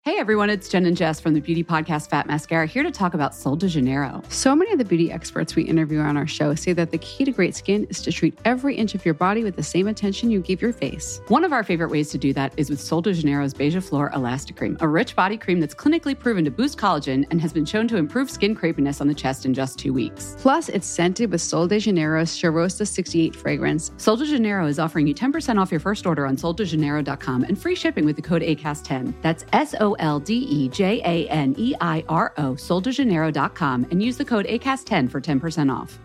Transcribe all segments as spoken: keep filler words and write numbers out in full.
Hey everyone, it's Jen and Jess from the beauty podcast Fat Mascara here to talk about Sol de Janeiro. So many of the beauty experts we interview on our show say that the key to great skin is to treat every inch of your body with the same attention you give your face. One of our favorite ways to do that is with Sol de Janeiro's Beija Flor Elastic Cream, a rich body cream that's clinically proven to boost collagen and has been shown to improve skin crepiness on the chest in just two weeks. Plus, it's scented with Sol de Janeiro's Charosta sixty-eight fragrance. Sol de Janeiro is offering you ten percent off your first order on sol de janeiro dot com and free shipping with the code A C A S T ten. That's S O L D E J A N E I R O, sol de janeiro dot com, and use the code A C A S T ten for ten percent off.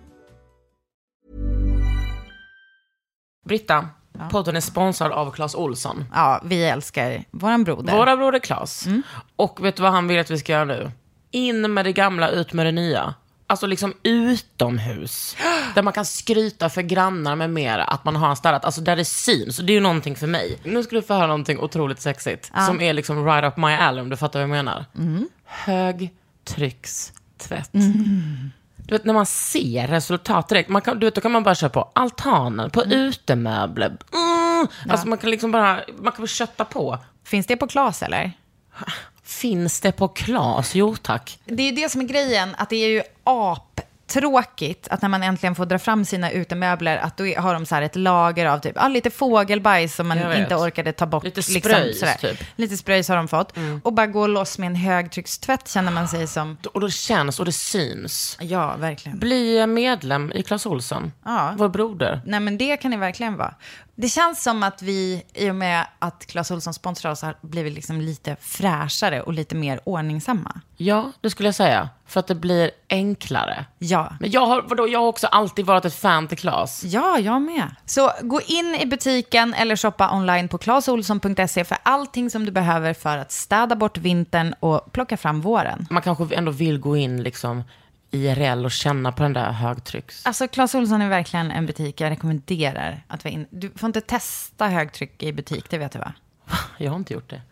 Britta, ja. Podden är sponsrad av Clas Ohlson. Ja, vi älskar våran broder. Våra broder Clas. Mm. Och vet du vad han vill att vi ska göra nu? In med det gamla, ut med det nya. Alltså liksom utomhus. Där man kan skryta för grannar med mer att man har en städat. Alltså där det syns. Så det är ju någonting för mig. Nu ska du få höra någonting otroligt sexigt. Ja. Som är liksom right up my alley, om du fattar vad jag menar. Mm. Högtryckstvätt. Mm. Du vet, när man ser resultat direkt. Man kan, du vet, då kan man bara köra på altanen. På mm. utemöbler. Mm. Ja. Alltså man kan liksom bara, man kan bara kötta på. Finns det på Clas eller? Finns det på Clas? Jo tack. Det är det som är grejen, att det är ju aptråkigt att när man äntligen får dra fram sina utemöbler, att då har de så här ett lager av typ ah, lite fågelbajs som man inte orkade ta bort. Lite spröjs liksom, typ. Lite spröjs har de fått. Mm. Och bara gå loss med en högtryckstvätt känner man sig som. Och det känns och det syns. Ja, verkligen. Bli medlem i Clas Ohlson. Ja. Vår broder. Nej, men det kan det verkligen vara. Det känns som att vi, i och med att Clas Ohlson sponsrar oss, har blivit liksom lite fräschare och lite mer ordningsamma. Ja, det skulle jag säga. För att det blir enklare. Ja. Men jag har, vadå, jag har också alltid varit ett fan till Clas. Ja, jag med. Så gå in i butiken eller shoppa online på clas ohlson punkt se för allting som du behöver för att städa bort vintern och plocka fram våren. Man kanske ändå vill gå in liksom I R L och känna på den där högtrycks. Alltså Clas Ohlson är verkligen en butik jag rekommenderar att vara in. Du får inte testa högtryck i butik, det vet du va? Jag har inte gjort det.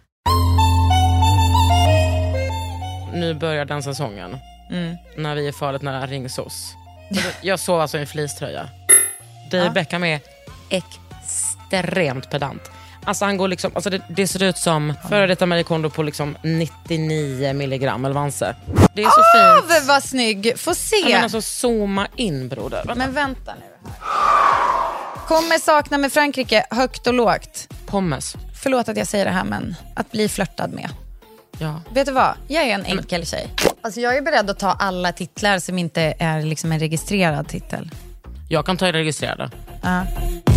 Nu börjar den säsongen. Mm. När vi är farligt nära Ringsos. Jag sov alltså i en fleecetröja. Dave ja. Beckham är extremt pedant. Alltså han går liksom, alltså det, det ser ut som före detta Marie Kondo på liksom nittionio milligram Elvanse. Det är så oh, fint. Åh, vad snygg. Få se. Men alltså zooma in, broder. Vänta. Men vänta nu här. Kommer sakna med Frankrike, högt och lågt. Pommes. Förlåt att jag säger det här, men att bli flörtad med. Ja. Vet du vad? Jag är en enkel tjej. Alltså jag är beredd att ta alla titlar som inte är liksom en registrerad titel. Jag kan ta en registrerad. Ja. Uh.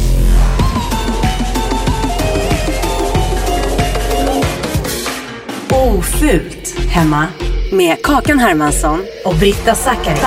Ofult hemma med Kakan Hermansson och Britta Zackari.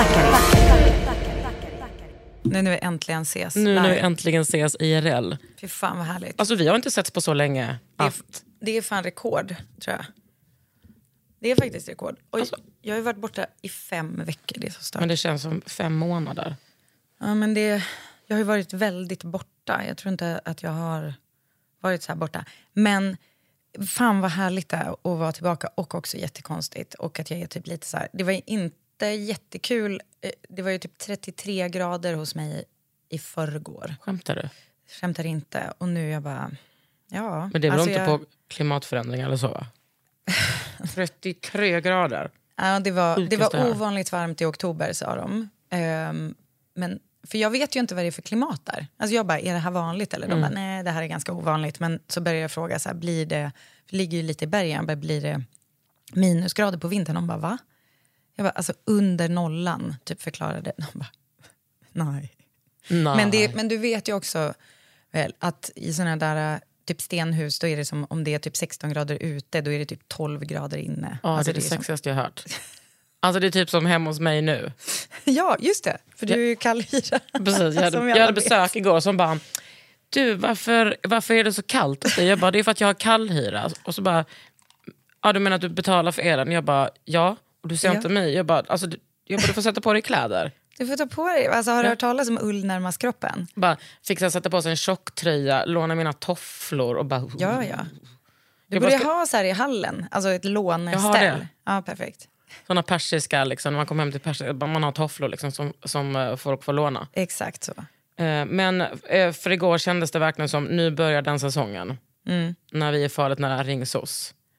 Nu när vi äntligen ses. Nu när vi äntligen ses I R L. Fy fan vad härligt. Alltså vi har inte setts på så länge. Det är, det är fan rekord, tror jag. Det är faktiskt rekord. Och alltså, jag har ju varit borta i fem veckor. Det är så stört. Men det känns som fem månader. Ja, men det, jag har ju varit väldigt borta. Jag tror inte att jag har varit så här borta. Men fan vad härligt det är att vara tillbaka. Och också jättekonstigt. Och att jag är typ lite så här. Det var inte jättekul. Det var ju typ trettiotre grader hos mig i förrgår. Skämtar du? Skämtar inte. Och nu är jag bara... Ja. Men det är väl alltså inte jag... på klimatförändring eller så, va? trettiotre grader. Ja, det var, det var ovanligt varmt i oktober, sa de. Um, men, för jag vet ju inte vad det är för klimat där. Alltså jag bara, är det här vanligt? Eller mm. de bara, nej, det här är ganska ovanligt. Men så börjar jag fråga, så här, blir det... Det ligger ju lite i bergen, bara, blir det minusgrader på vintern? De bara, va? Jag bara, alltså under nollan, typ förklarade. De bara, nej. nej. Men, det, men du vet ju också väl, att i sådana där... typ stenhus, då är det som om det är typ sexton grader ute, då är det typ tolv grader inne. Ja, alltså, det är det, det sexigaste som... jag har hört. Alltså det är typ som hemma hos mig nu. Ja, just det. För du är ju kallhyra. Precis, jag hade, jag hade besök igår som bara, du, varför, varför är det så kallt hos dig? Jag bara, det är för att jag har kallhyra. Och så bara, ja, du menar att du betalar för elen? Jag bara, ja. Och du ser ja. inte mig. Jag bara, alltså, jag bara, du får sätta på dig kläder. Du får ta på dig. Alltså, har du ja. hört talas om ull närmast kroppen? Bara fick jag sätta på sig en tjocktröja, låna mina tofflor och bara... Ja, ja. Du borde ska... ha så här i hallen. Alltså ett låneställ. Ja, perfekt. Såna persiska, liksom, när man kommer hem till persiska, man har tofflor liksom, som, som folk får låna. Exakt så. Men för igår kändes det verkligen som, nu börjar den säsongen. Mm. När vi är farligt nära Ringsos.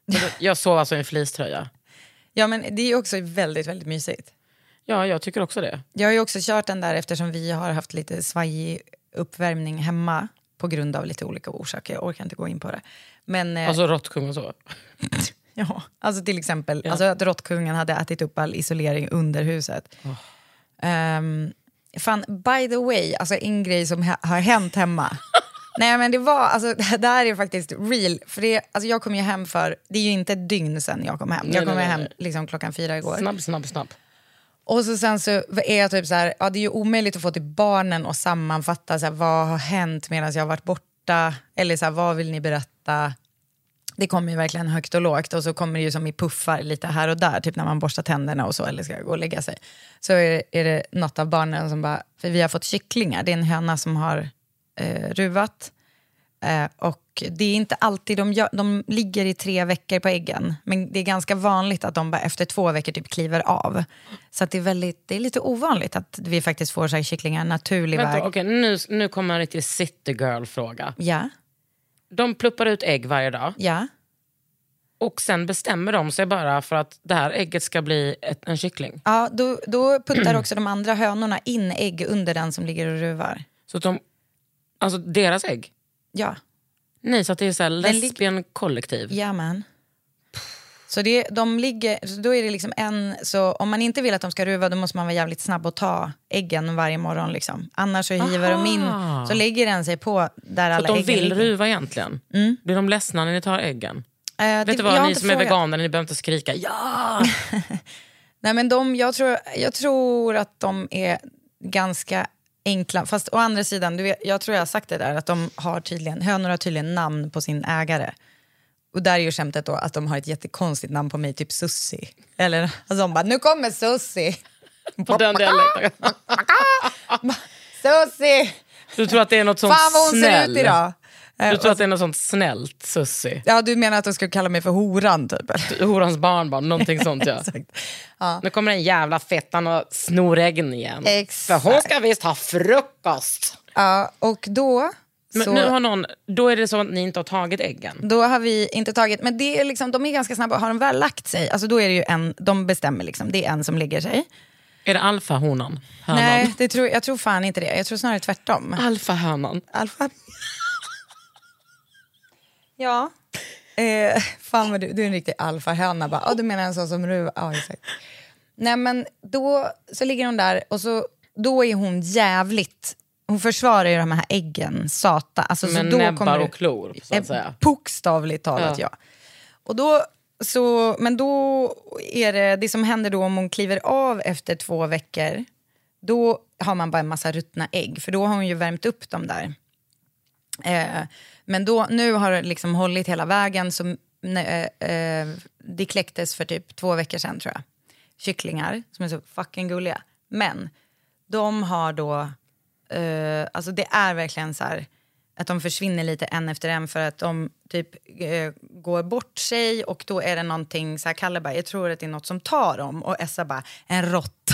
Jag sov alltså i en fleecetröja. Ja, men det är ju också väldigt, väldigt mysigt. Ja, jag tycker också det. Jag har ju också kört den där eftersom vi har haft lite svajig uppvärmning hemma på grund av lite olika orsaker. Jag orkar inte gå in på det. Men, alltså råttkung och så. Ja, alltså till exempel ja. alltså att råttkungen hade ätit upp all isolering under huset. Oh. Um, fan, by the way, alltså en grej som ha- har hänt hemma. Nej, men det var, alltså det där är faktiskt real. För det, alltså jag kom ju hem för, det är ju inte ett dygn sedan jag kom hem. Nej, jag kom nej, hem nej. liksom klockan fyra igår. Snabb, snabb, snabb. Och så sen så är jag typ så här, ja det är ju omöjligt att få till barnen och sammanfatta så här, vad har hänt medan jag har varit borta. Eller så här, vad vill ni berätta? Det kommer ju verkligen högt och lågt och så kommer det ju som i puffar lite här och där. Typ när man borstar tänderna och så eller ska gå och lägga sig. Så är det, är det något av barnen som bara, för vi har fått kycklingar. Det är en höna som har eh, ruvat. Eh, och det är inte alltid, de, gör, de ligger i tre veckor på äggen. Men det är ganska vanligt att de bara efter två veckor typ kliver av. Så att det är väldigt, det är lite ovanligt att vi faktiskt får så här kycklingar naturlig Vänta, väg. okej, nu, nu kommer en riktig city girl-fråga. Ja. De pluppar ut ägg varje dag. Ja. Och sen bestämmer de sig bara för att det här ägget ska bli ett, en kyckling. Ja, då, då puttar också de andra hönorna in ägg under den som ligger och ruvar. Så att de, alltså deras ägg? Ja. Nej, så att det är så här Den lesbian kollektiv. Ja, men. Så det, de ligger, så då är det liksom en, så om man inte vill att de ska ruva då måste man vara jävligt snabb och ta äggen varje morgon liksom. Annars så hivar de in, så lägger den sig på där så alla de äggen vill ligger. ruva egentligen? Mm. Blir de ledsna när ni tar äggen? Uh, Vet det, du vad, ni som frågat. är veganer, ni behöver inte skrika ja! Nej, men de, jag tror, jag tror att de är ganska enkla. Fast å andra sidan, du vet, jag tror jag har sagt det där, att de har tydligen, hönor har tydligen namn på sin ägare. Och där är ju skämtet då att de har ett jättekonstigt namn på mig, typ Sussi. Eller alltså de bara, nu kommer Sussi. På den dialekten. Sussi! Du tror att det är något sånt Fan vad hon snäll. ser ut idag. Du tror att det är något sånt snällt, Sussi. Ja, du menar att de skulle kalla mig för horan typ? Horans barnbarn, någonting sånt ja. Ja. Nu kommer den jävla fettan och snor äggen igen. Exakt. För hon ska visst ha frukost. Ja, och då... Men så, nu har någon, då är det så att ni inte har tagit äggen. Då har vi inte tagit, men det är liksom, de är ganska snabba. Har de väl lagt sig, alltså då är det ju en, de bestämmer liksom, det är en som lägger sig. Är det alfahonan? Hönan? Nej, det tror, jag tror fan inte det. Jag tror snarare tvärtom. Alfahönan. Alfa. Ja. Eh, fan vad du, du är en riktig alfahöna. Bara, oh, du menar en sån som du? Ja, exakt. Nej, men då så ligger hon där och så, då är hon jävligt... Hon försvarar ju de här äggen, sata. Alltså, med så då näbbar kommer och klor, så att säga. Bokstavligt talat, ja. ja. Och då, så, men då är det, det som händer då om hon kliver av efter två veckor, då har man bara en massa ruttna ägg. För då har hon ju värmt upp dem där. Eh, men då, nu har det liksom hållit hela vägen. Så, eh, eh, det kläcktes för typ två veckor sedan, tror jag. Kycklingar som är så fucking gulliga. Men de har då... Uh, alltså det är verkligen så här att de försvinner lite en efter en för att de typ uh, går bort sig och då är det någonting så här, Kalle bara, jag tror att det är något som tar dem och Essa bara, en råtta.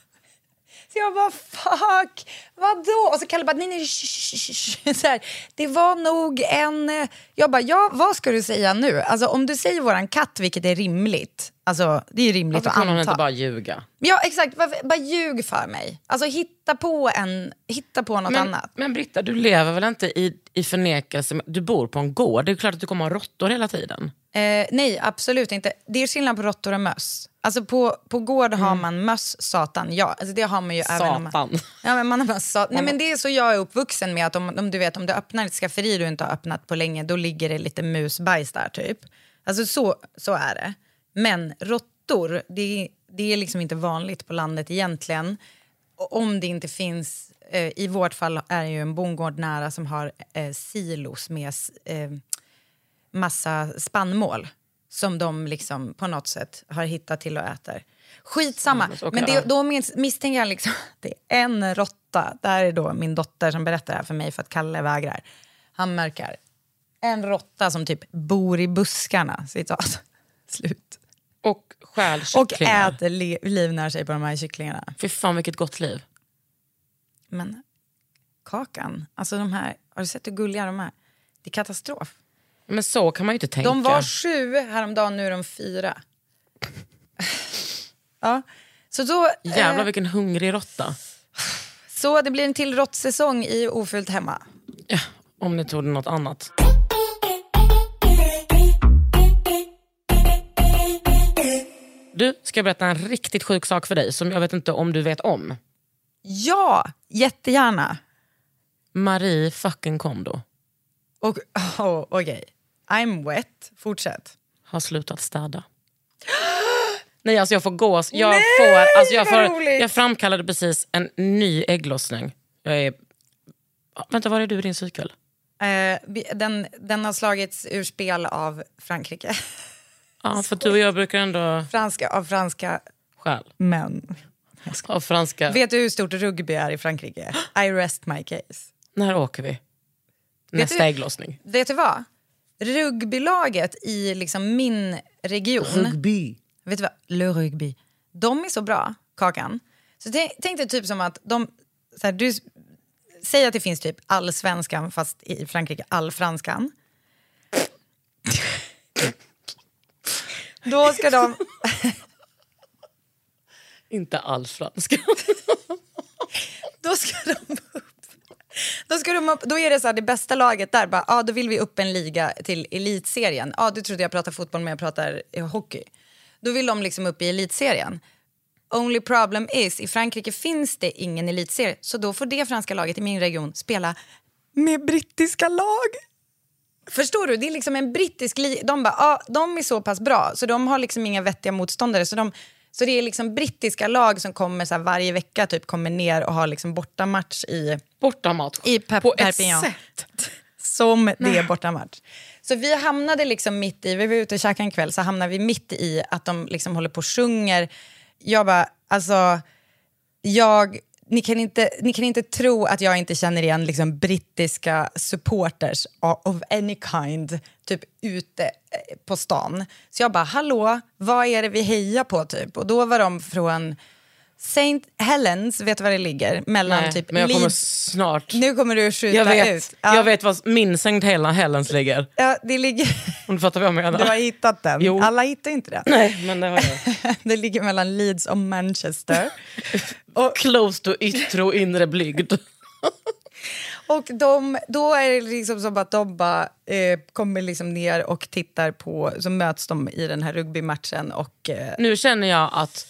Så jag bara, fuck, vadå? Och så Kalle bara, nej nej, så här, det var nog en, jag bara, ja, vad ska du säga nu? Alltså om du säger våran katt, vilket är rimligt, alltså det är ju rimligt alltså, att anta. kan hon inte bara ljuga? Ja, exakt, bara, bara ljug för mig. Alltså hitta på, en, hitta på något men, annat. Men Britta, du lever väl inte i, i förnekelse, du bor på en gård, det är klart att du kommer ha råttor hela tiden. Eh, nej, absolut inte. Det är skillnad på råttor och möss. Alltså på, på gård har man möss, satan, ja. Alltså det har man ju satan. även om man, ja, men man har möss, satan. Nej, men det är så jag är uppvuxen med att om, om du vet, om du öppnar ett skafferi du inte har öppnat på länge, då ligger det lite musbajs där typ. Alltså så, så är det. Men råttor, det, det är liksom inte vanligt på landet egentligen. Och om det inte finns, eh, i vårt fall är det ju en bondgård nära som har eh, silos med eh, massa spannmål som de liksom på något sätt har hittat till och äter. Skitsamma. Mm, okay. Men det, då misstänker jag liksom det är en råtta. Det här är då min dotter som berättar det här för mig för att Kalle vägrar. Han märker en råtta som typ bor i buskarna. Citat. Slut. Och stjäl kycklingar. Och äter li- livnär sig på de här kycklingarna. Fy fan vilket gott liv. Men Kakan, alltså de här, har du sett hur gulliga de är? Det är katastrof. Men så kan man ju inte tänka. De var sju häromdagen, nu är de fyra. Ja. Så då, Jävlar eh, vilken hungrig råtta. Så det blir en till råttsäsong i Ofullt hemma. Ja, om ni trodde något annat. Du, ska jag berätta en riktigt sjuk sak för dig som jag vet inte om du vet om. Ja, jättegärna. Marie fucking Kondo Och, oh, okej. Okay. I'm wet. Fortsätt. har slutat städa. Nej, alltså jag får gås. Jag Nej, får, alltså jag, vad får, roligt. jag framkallade precis en ny ägglossning. Jag är... Vänta, var är du i din cykel? Eh, vi- den, den har slagits ur spel av Frankrike. Ja, för du och jag brukar ändå... Franska, av franska Själv. män. Av franska... Vet du hur stort rugby är i Frankrike? I rest my case. När åker vi? Nästa du- ägglossning. Vet du vad? Rugbylaget i liksom min region... Rugby. Vet du vad? Le rugby. De är så bra, Kakan. Så tänk, tänk dig typ som att de... Så här, du säger att det finns typ allsvenskan fast i Frankrike allfranskan. Då ska de... Inte all franska. Då ska de upp. Då, ska de upp, då är det så här, det bästa laget där. Bara, ah, då vill vi upp en liga till elitserien. Ah, du trodde jag pratar fotboll men jag pratar eh, hockey. Då vill de liksom upp i elitserien. Only problem is, i Frankrike finns det ingen elitserie. Så då får det franska laget i min region spela med brittiska lag. Förstår du? Det är liksom en brittisk liga. De bara, ah, de är så pass bra. Så de har liksom inga vettiga motståndare. Så, de, så det är liksom brittiska lag som kommer så här varje vecka. Typ kommer ner och har liksom bortamatch i... Bortamatch. I Pe- På ett Perpignan. sätt. Som det är bortamatch. Så vi hamnade liksom mitt i, vi var ute och käkade en kväll, så hamnade vi mitt i att de liksom håller på och sjunger. Jag bara, alltså, jag, ni kan inte, ni kan inte tro att jag inte känner igen liksom brittiska supporters of any kind, typ ute eh, på stan. Så jag bara, hallå, vad är det vi hejar på typ? Och då var de från Saint Helens, vet du var det ligger? Mellan Nej, typ men jag kommer Leeds- snart. Nu kommer du skjuta Jag vet, ut. Ja. jag vet vad min Saint Helens ligger. Ja, det ligger... Om du fattar vad jag menar. Du har hittat den. Jo. Alla hittar inte den. Nej, men det har jag. Det ligger mellan Leeds och Manchester. Och close to yttre och inre blygd. Och de, då är det liksom som att de bara eh, kommer liksom ner och tittar på, så möts de i den här rugbymatchen och... Eh, Nu känner jag att...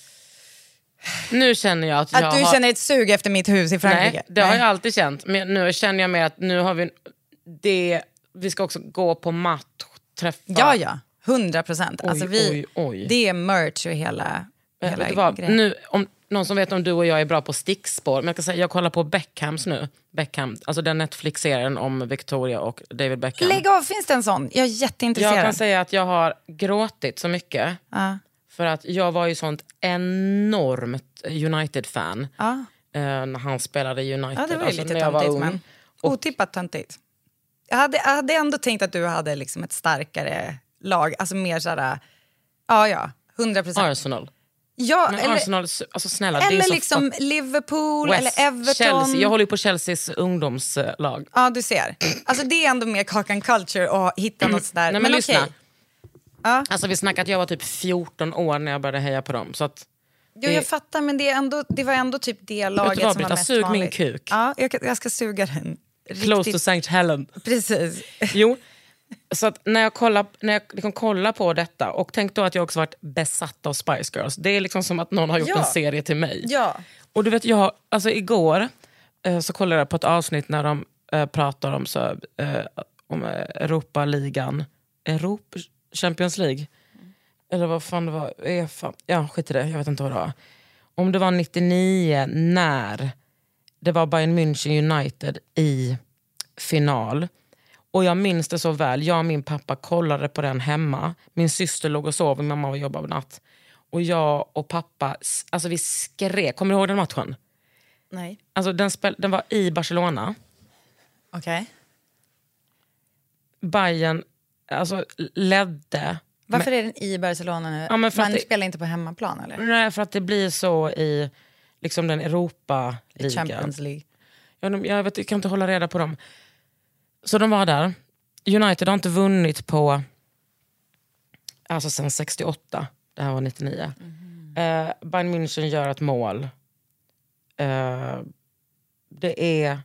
Nu känner jag att, att jag du har... känner ett sug efter mitt hus i Frankrike. Nej, det har jag alltid känt. Men nu känner jag mer att nu har vi... Det, vi ska också gå på match, träffa... Ja, ja. Hundra procent. Oj, Alltså vi, oj, oj. det är merch och hela, Men hela vet du vad? grejen. Nu, om någon som vet om du och jag är bra på stickspår, men jag kan säga, jag kollar på Beckhams nu. Beckham, alltså den Netflix-serien om Victoria och David Beckham. Lägg av, finns det en sån? Jag är jätteintresserad. Jag kan säga att jag har gråtit så mycket. Ja. För att jag var ju sånt enormt United-fan. Ja. eh, när han spelade i United. Ja, det var ju alltså, lite när jag var töntigt, ung. men otippat töntigt. Jag hade, jag hade ändå tänkt att du hade liksom ett starkare lag, alltså mer sådär, ja ja, hundra procent. Arsenal. Ja, Men eller, Arsenal, alltså snälla, det är eller så liksom fuck- Liverpool West, eller Everton. Chelsea. Jag håller ju på Chelseas ungdomslag. Ja, du ser. Alltså det är ändå mer Kakan Culture att hitta något sådär. Nej, men, men lyssna. okej. Ja. Alltså vi snackar att jag var typ fjorton år när jag började heja på dem. Så att Jo, det- jag fattar, men det, är ändå, det var ändå typ det laget vad, som var Britta? mest Sug min vanligt. kuk. Ja, jag, jag ska suga den. Close Riktigt, to Saint Helen. precis. Jo, så att när jag kollar, när jag liksom kollar på detta, och tänk då att jag också varit besatt av Spice Girls. Det är liksom som att någon har gjort Ja. en serie till mig. Ja. Och du vet, jag, alltså igår eh, så kollade jag på ett avsnitt när de eh, pratar om, så, eh, om eh, Europa-ligan. Europa, Champions League? Eller vad fan det var? UEFA. Ja, skit i det. Jag vet inte vad det var. Om det var nittionio när det var Bayern München United i final. Och jag minns det så väl. Jag och min pappa kollade på den hemma. Min syster låg och sov, min mamma var jobbade på natt. Och jag och pappa, alltså vi skrek. Kommer du ihåg den matchen? Nej. Alltså den, spel, den var i Barcelona. Okej. Bayern alltså, ledde. Varför är den i Barcelona nu? Ja, men för Man att det- spelar inte på hemmaplan eller? Nej, för att det blir så i liksom den Europa-ligan. Champions League. Jag, jag, vet, jag kan inte hålla reda på dem. Så de var där. United har inte vunnit på alltså sen sextioåtta. Det här var nittionio. Mm. Uh, Bayern München gör ett mål. Uh, det är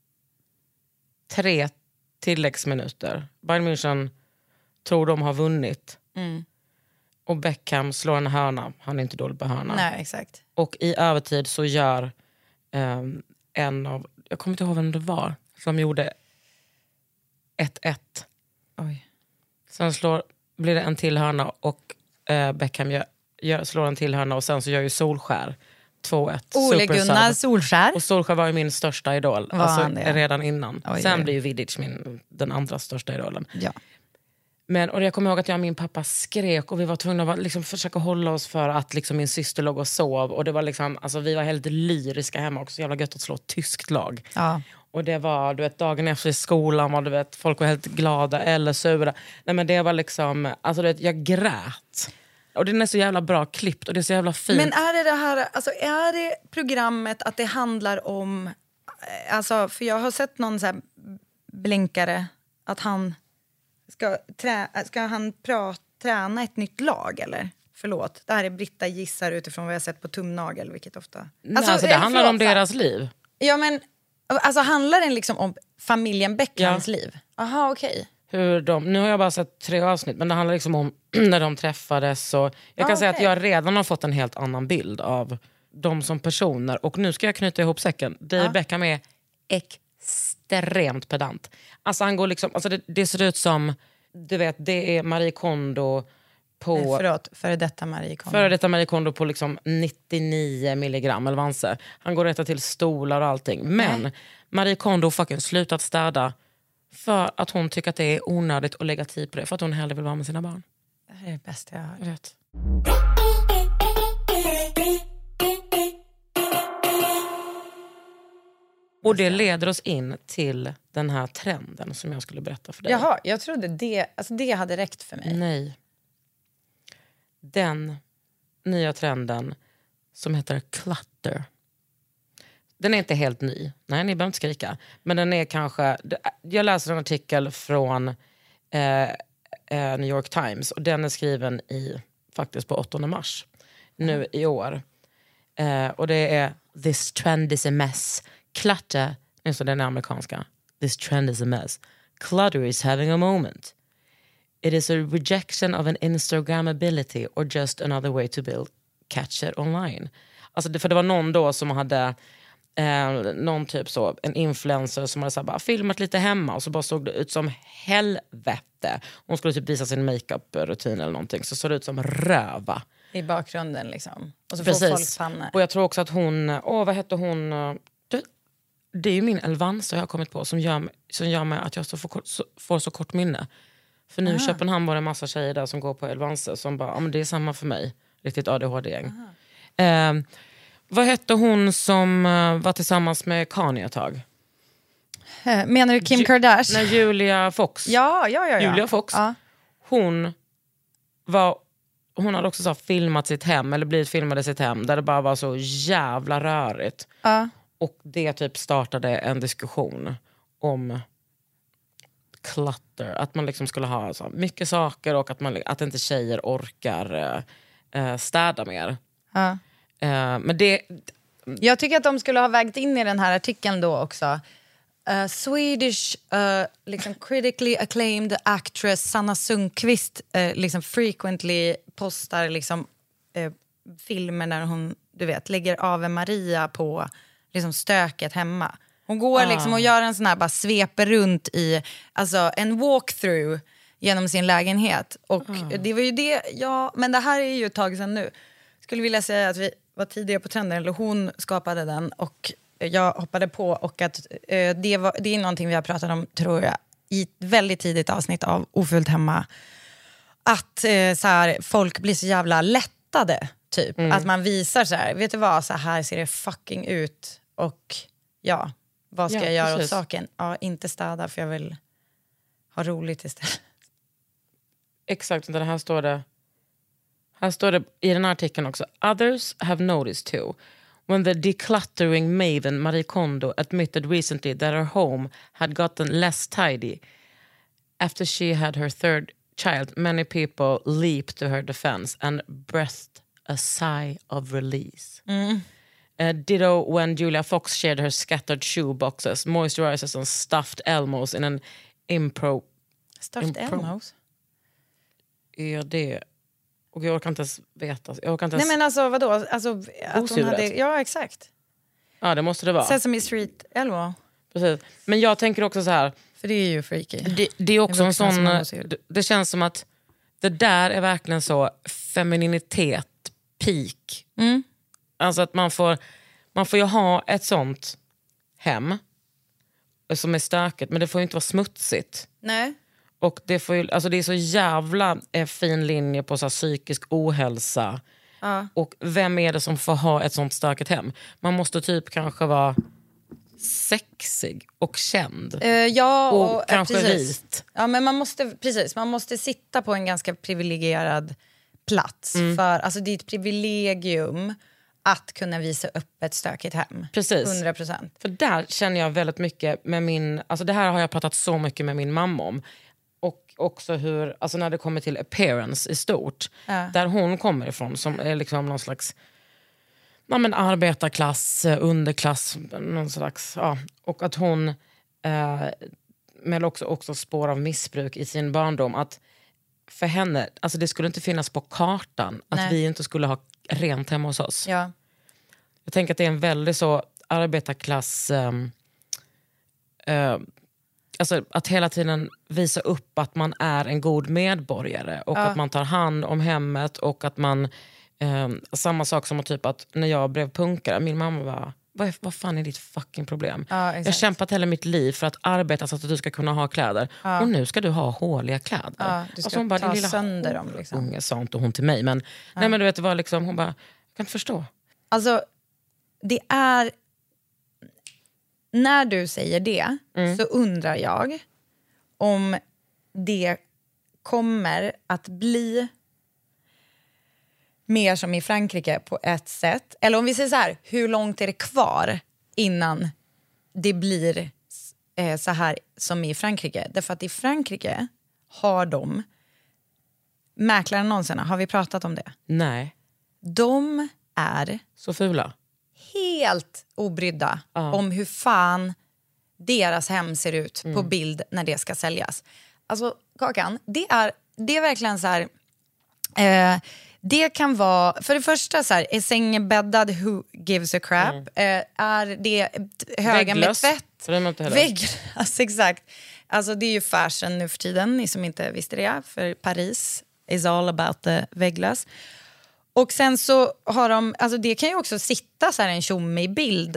tre tilläggsminuter. Bayern München tror de har vunnit. Mm. Och Beckham slår en hörna. Han är inte dålig på hörna. Nej, exakt. Och i övertid så gör um, en av... Jag kommer inte ihåg vem det var som gjorde ett ett. Oj. Sen slår, blir det en till hörna och uh, Beckham gör, gör, slår en till hörna och sen så gör ju Solskär två ett. Ole Gunnar Solskär. Och Solskär var ju min största idol. Var alltså, han det? Redan innan. Oj, sen oj. blir ju Vidic min, den andra största idolen. Ja. Men, och jag kommer ihåg att jag och min pappa skrek och vi var tvungna att liksom försöka hålla oss för att liksom min syster låg och sov. Och det var liksom, alltså, vi var helt lyriska hemma också. Så jävla gött att slå ett tyskt lag. Ja. Och det var, du vet, dagen efter i skolan och du vet, folk var helt glada eller sura. Nej men det var liksom, alltså du vet, jag grät. Och det är så jävla bra klippt och det är så jävla fint. Men är det det här, alltså är det programmet att det handlar om, alltså för jag har sett någon så här blänkare att han ska, trä, ska han pra, träna ett nytt lag eller? Förlåt, det här är Britta gissar utifrån vad jag sett på tumnagel, vilket ofta... Nej, alltså, alltså det handlar förlåt, om deras liv. Ja men, alltså handlar den liksom om familjen Beckhams ja. liv? Aha, okej. Okay. Hur de, nu har jag bara sett tre avsnitt, men det handlar liksom om när de träffades. Och jag kan ah, säga okay. att jag redan har fått en helt annan bild av dem som personer. Och nu ska jag knyta ihop säcken. David ah. Beckham är extremt pedant. Alltså han går liksom, alltså det, det ser ut som, du vet, det är Marie Kondo på... Nej, förlåt, före detta Marie Kondo. Före detta Marie Kondo på liksom nittionio milligram eller vanse. Han går rätta till stolar och allting. Men Nej. Marie Kondo fucking slutat städa för att hon tycker att det är onödigt att lägga tid på det. För att hon hellre vill vara med sina barn. Det här är det bästa jag har hört. Rätt. Och det leder oss in till den här trenden som jag skulle berätta för dig. Jaha, jag trodde det, alltså det hade räckt för mig. Nej. Den nya trenden som heter clutter. Den är inte helt ny. Nej, ni behöver inte skrika. Men den är kanske... Jag läser en artikel från eh, eh, New York Times. Och den är skriven i, faktiskt på åttonde mars. Nu i år. Eh, och det är This trend is a mess. Clutter. Så den är amerikanska. This trend is a mess. Clutter is having a moment. It is a rejection of an Instagrammability or just another way to build catcher online. Alltså det, för det var någon då som hade... Eh, någon typ så, en influencer som hade så här bara filmat lite hemma och så bara såg det ut som helvete. Hon skulle typ visa sin makeup-rutin eller någonting, så såg det ut som röva. I bakgrunden liksom. Och så Precis. får folk panna. Och jag tror också att hon, åh vad hette hon, det, det är ju min Elvansa jag har kommit på som gör, som gör mig att jag så får, kort, så, får så kort minne. För nu i Köpenhamn var det en massa tjejer där som går på Elvansa som bara, ja men det är samma för mig. Riktigt A D H D-gäng. Eh, Vad hette hon som uh, var tillsammans med Kanye ett tag? Menar du Kim Ju- Kardashian? Nej, Julia Fox. Ja, ja, ja, ja. Julia Fox. Ja. Hon var hon hade också så filmat sitt hem eller blivit filmad i sitt hem där det bara var så jävla rörigt. Ja. Och det typ startade en diskussion om clutter, att man liksom skulle ha så mycket saker och att man att inte tjejer orkar uh, städa mer. Ja. Uh, men det... Jag tycker att de skulle ha vägt in i den här artikeln då också. Uh, Swedish uh, liksom critically acclaimed actress Sanna Sundqvist uh, liksom frequently postar liksom, uh, filmer när hon, du vet, lägger Ave Maria på liksom, stöket hemma. Hon går ah. liksom och gör en sån här, bara sveper runt i alltså, en walkthrough genom sin lägenhet. Och ah. det var ju det, ja, men det här är ju ett tag sedan nu. Skulle vilja säga att vi var tidigare på trenden, eller hon skapade den och jag hoppade på, och att eh, det, var, det är någonting vi har pratat om, tror jag, i ett väldigt tidigt avsnitt av Ofullt hemma, att eh, så här, folk blir så jävla lättade typ, mm. att man visar så här, vet du vad, så här ser det fucking ut och ja, vad ska ja, jag göra precis. åt saken? Ja, inte städa för jag vill ha roligt istället. Exakt, det här står det Här står det i den här artikeln också. Others have noticed too. When the decluttering maven Marie Kondo admitted recently that her home had gotten less tidy after she had her third child, many people leaped to her defense and breathed a sigh of release. Mm. Uh, ditto when Julia Fox shared her scattered shoe boxes, moisturizers and stuffed Elmos in an impro... Stuffed impro- Elmos? Är det... Och jag orkar inte ens veta. Jag orkar inte ens... Nej men alltså vadå? Alltså, att hon hade, ja exakt. Ja det måste det vara. Sesame Street Elmo. Precis. Men jag tänker också så här... För det är ju freaky. Det, det är också det är en sån... det, det känns som att det där är verkligen så femininitet peak. Mm. Alltså att man får, man får ju ha ett sånt hem som är stökigt, men det får ju inte vara smutsigt. Nej. Och det, får ju, alltså det är så jävla eh, fin linje på så här, psykisk ohälsa. Ja. Och vem är det som får ha ett sånt stökigt hem? Man måste typ kanske vara sexig och känd. Uh, ja, och, och kanske precis. vit. Ja, men man måste, precis, man måste sitta på en ganska privilegierad plats. Mm. För alltså, det är ett privilegium att kunna visa upp ett stökigt hem. Precis. hundra procent. För där känner jag väldigt mycket med min... Alltså det här har jag pratat så mycket med min mamma om. Och också hur, alltså när det kommer till appearance i stort. Ja. Där hon kommer ifrån, som är liksom någon slags... Ja, men arbetarklass, underklass, någon slags... Ja. Och att hon... Eh, med också, också spår av missbruk i sin barndom. Att för henne, alltså det skulle inte finnas på kartan att Nej. vi inte skulle ha rent hemma hos oss. Ja. Jag tänker att det är en väldigt så arbetarklass... Um, uh, alltså att hela tiden visa upp att man är en god medborgare. Och Ja. att man tar hand om hemmet. Och att man... Um, samma sak som att typ att när jag blev punkare, min mamma var... Vad, är, vad fan är ditt fucking problem? Ja, jag har kämpat hela mitt liv för att arbeta så att du ska kunna ha kläder. Ja. Och nu ska du ha håliga kläder. Ja, du ska Alltså hon bara, ta din lilla sönder dem, liksom. unge, sa inte hon till mig. Men, Ja. nej, men du vet, det var liksom, hon bara, jag kan inte förstå. Alltså, det är... När du säger det Mm. så undrar jag om det kommer att bli mer som i Frankrike på ett sätt. Eller om vi säger så här, hur långt är det kvar innan det blir eh, så här som i Frankrike? Därför att i Frankrike har de, mäklarannonserna, har vi pratat om det? Nej. De är Så fula. helt obrydda Ja. om hur fan deras hem ser ut på Mm. bild när det ska säljas. Alltså, Kakan, det är, det är verkligen så här... Eh, det kan vara, för det första så här, är sängen bäddad, who gives a crap? Mm. Eh, är det höga med Vägglöss, tvätt? för det är man inte heller. Vägglöss, exakt. Alltså det är ju fashion nu för tiden, ni som inte visste det. För Paris is all about the vägglöss. Och sen så har de, alltså det kan ju också sitta så här en tjomme i bild.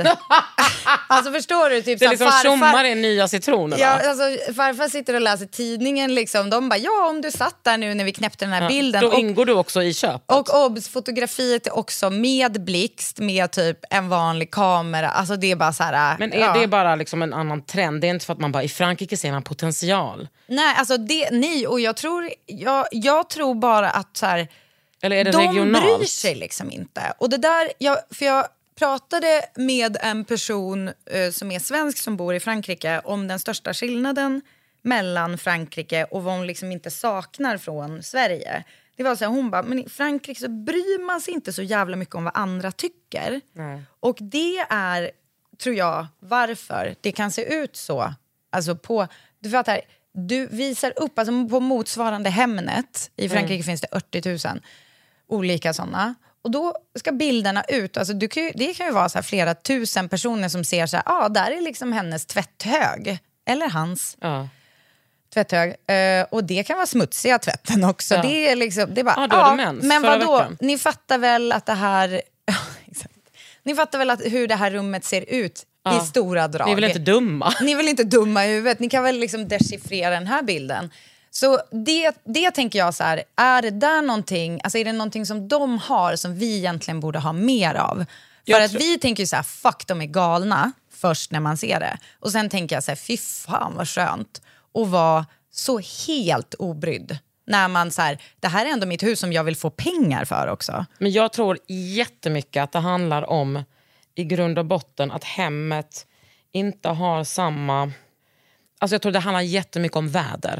Alltså förstår du? Typ Det är så liksom farfar, tjommar är nya citronerna. ja, alltså, farfar sitter och läser tidningen liksom. De bara, ja om du satt där nu när vi knäppte den här Ja, bilden. då och, ingår du också i köpet. och obs-fotografiet är också med blixt, med typ en vanlig kamera. Alltså det är bara så här... Men är ja. det bara liksom en annan trend? Det är inte för att man bara, i Frankrike ser man potential. Nej, alltså det, nej, och jag tror, jag, jag tror bara att så här... Eller är det de regionalt? bryr sig liksom inte. Och det där, jag, för jag pratade med en person eh, som är svensk som bor i Frankrike om den största skillnaden mellan Frankrike och vad hon liksom inte saknar från Sverige. Det var så här, hon bara, men i Frankrike så bryr man sig inte så jävla mycket om vad andra tycker. Nej. Och det är, tror jag, varför det kan se ut så. Alltså på, du fattar, du visar upp, alltså på motsvarande Hemnet, i Frankrike mm. finns det åttio tusen olika sådana. Och då ska bilderna ut, alltså du kan ju, det kan ju vara så här flera tusen personer som ser så här, ja ah, där är liksom hennes tvätthög. Eller hans Ja. tvätthög. Uh, och det kan vara smutsiga tvätten också. Ja. Det är liksom, det är bara, Ja, då är det mens, men förra vadå? veckan. Ni fattar väl att det här, exakt. Ni fattar väl att hur det här rummet ser ut Ja. i stora drag. Ni är väl inte dumma? Ni är väl inte dumma i huvudet. Ni kan väl liksom dechiffrera den här bilden. Så det, det tänker jag så här, är det där någonting, alltså är det någonting som de har som vi egentligen borde ha mer av? För Jag att tror- vi tänker ju så här, fuck de är galna först när man ser det. Och sen tänker jag så här, fy fan vad skönt att vara så helt obrydd. När man så här, det här är ändå mitt hus som jag vill få pengar för också. Men jag tror jättemycket att det handlar om, i grund och botten, att hemmet inte har samma... Alltså jag tror det handlar jättemycket om väder.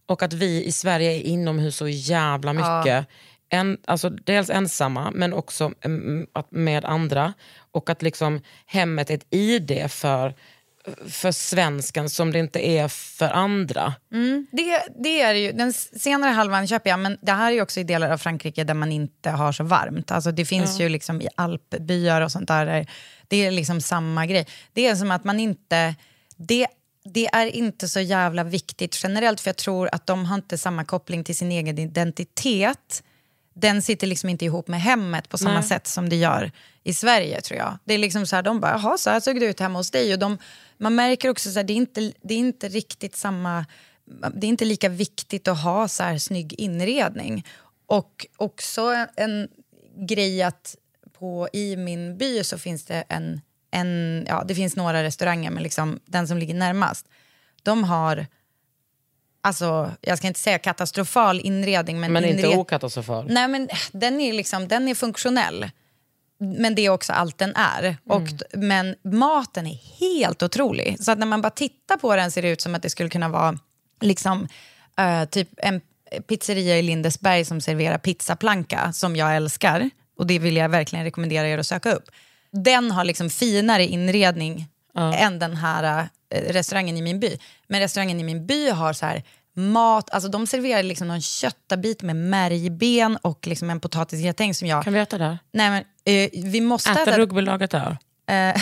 Och att vi i Sverige är inomhus så jävla mycket. Ja. En, alltså dels ensamma men också med andra. Och att liksom hemmet är ett I D för, för svenskan som det inte är för andra. Mm, det, det är ju, den senare halvan köper jag, men det här är ju också i delar av Frankrike där man inte har så varmt. Alltså det finns ja. ju liksom i alpbyar och sånt där, där det är liksom samma grej. Det är som att man inte... Det, det är inte så jävla viktigt generellt, för jag tror att de har inte samma koppling till sin egen identitet. Den sitter liksom inte ihop med hemmet på samma Nej. sätt som det gör i Sverige, tror jag. Det är liksom så här, de bara, jaha, så här såg det ut hemma hos dig. Och de, man märker också så här, det är inte, det är inte riktigt samma, det är inte lika viktigt att ha så här snygg inredning. Och också en grej att på, i min by så finns det en, en ja, det finns några restauranger, men liksom den som ligger närmast, de har... Alltså, jag ska inte säga katastrofal inredning. Men, men inred... inte okatastrofal. Nej, men den är, liksom, den är funktionell. Men det är också allt den är. Mm. Och, men maten är helt otrolig. Så att när man bara tittar på den ser det ut som att det skulle kunna vara liksom, uh, typ en pizzeria i Lindesberg som serverar pizzaplanka, som jag älskar. Och det vill jag verkligen rekommendera er att söka upp. Den har liksom finare inredning uh. än den här... Uh, restaurangen i min by. Men restaurangen i min by har så här mat, alltså de serverar liksom någon köttabit med märgben och liksom en potatisgratäng som jag... Kan vi äta där? Nej, men uh, vi måste äta... Äta rugbelaget där? Uh,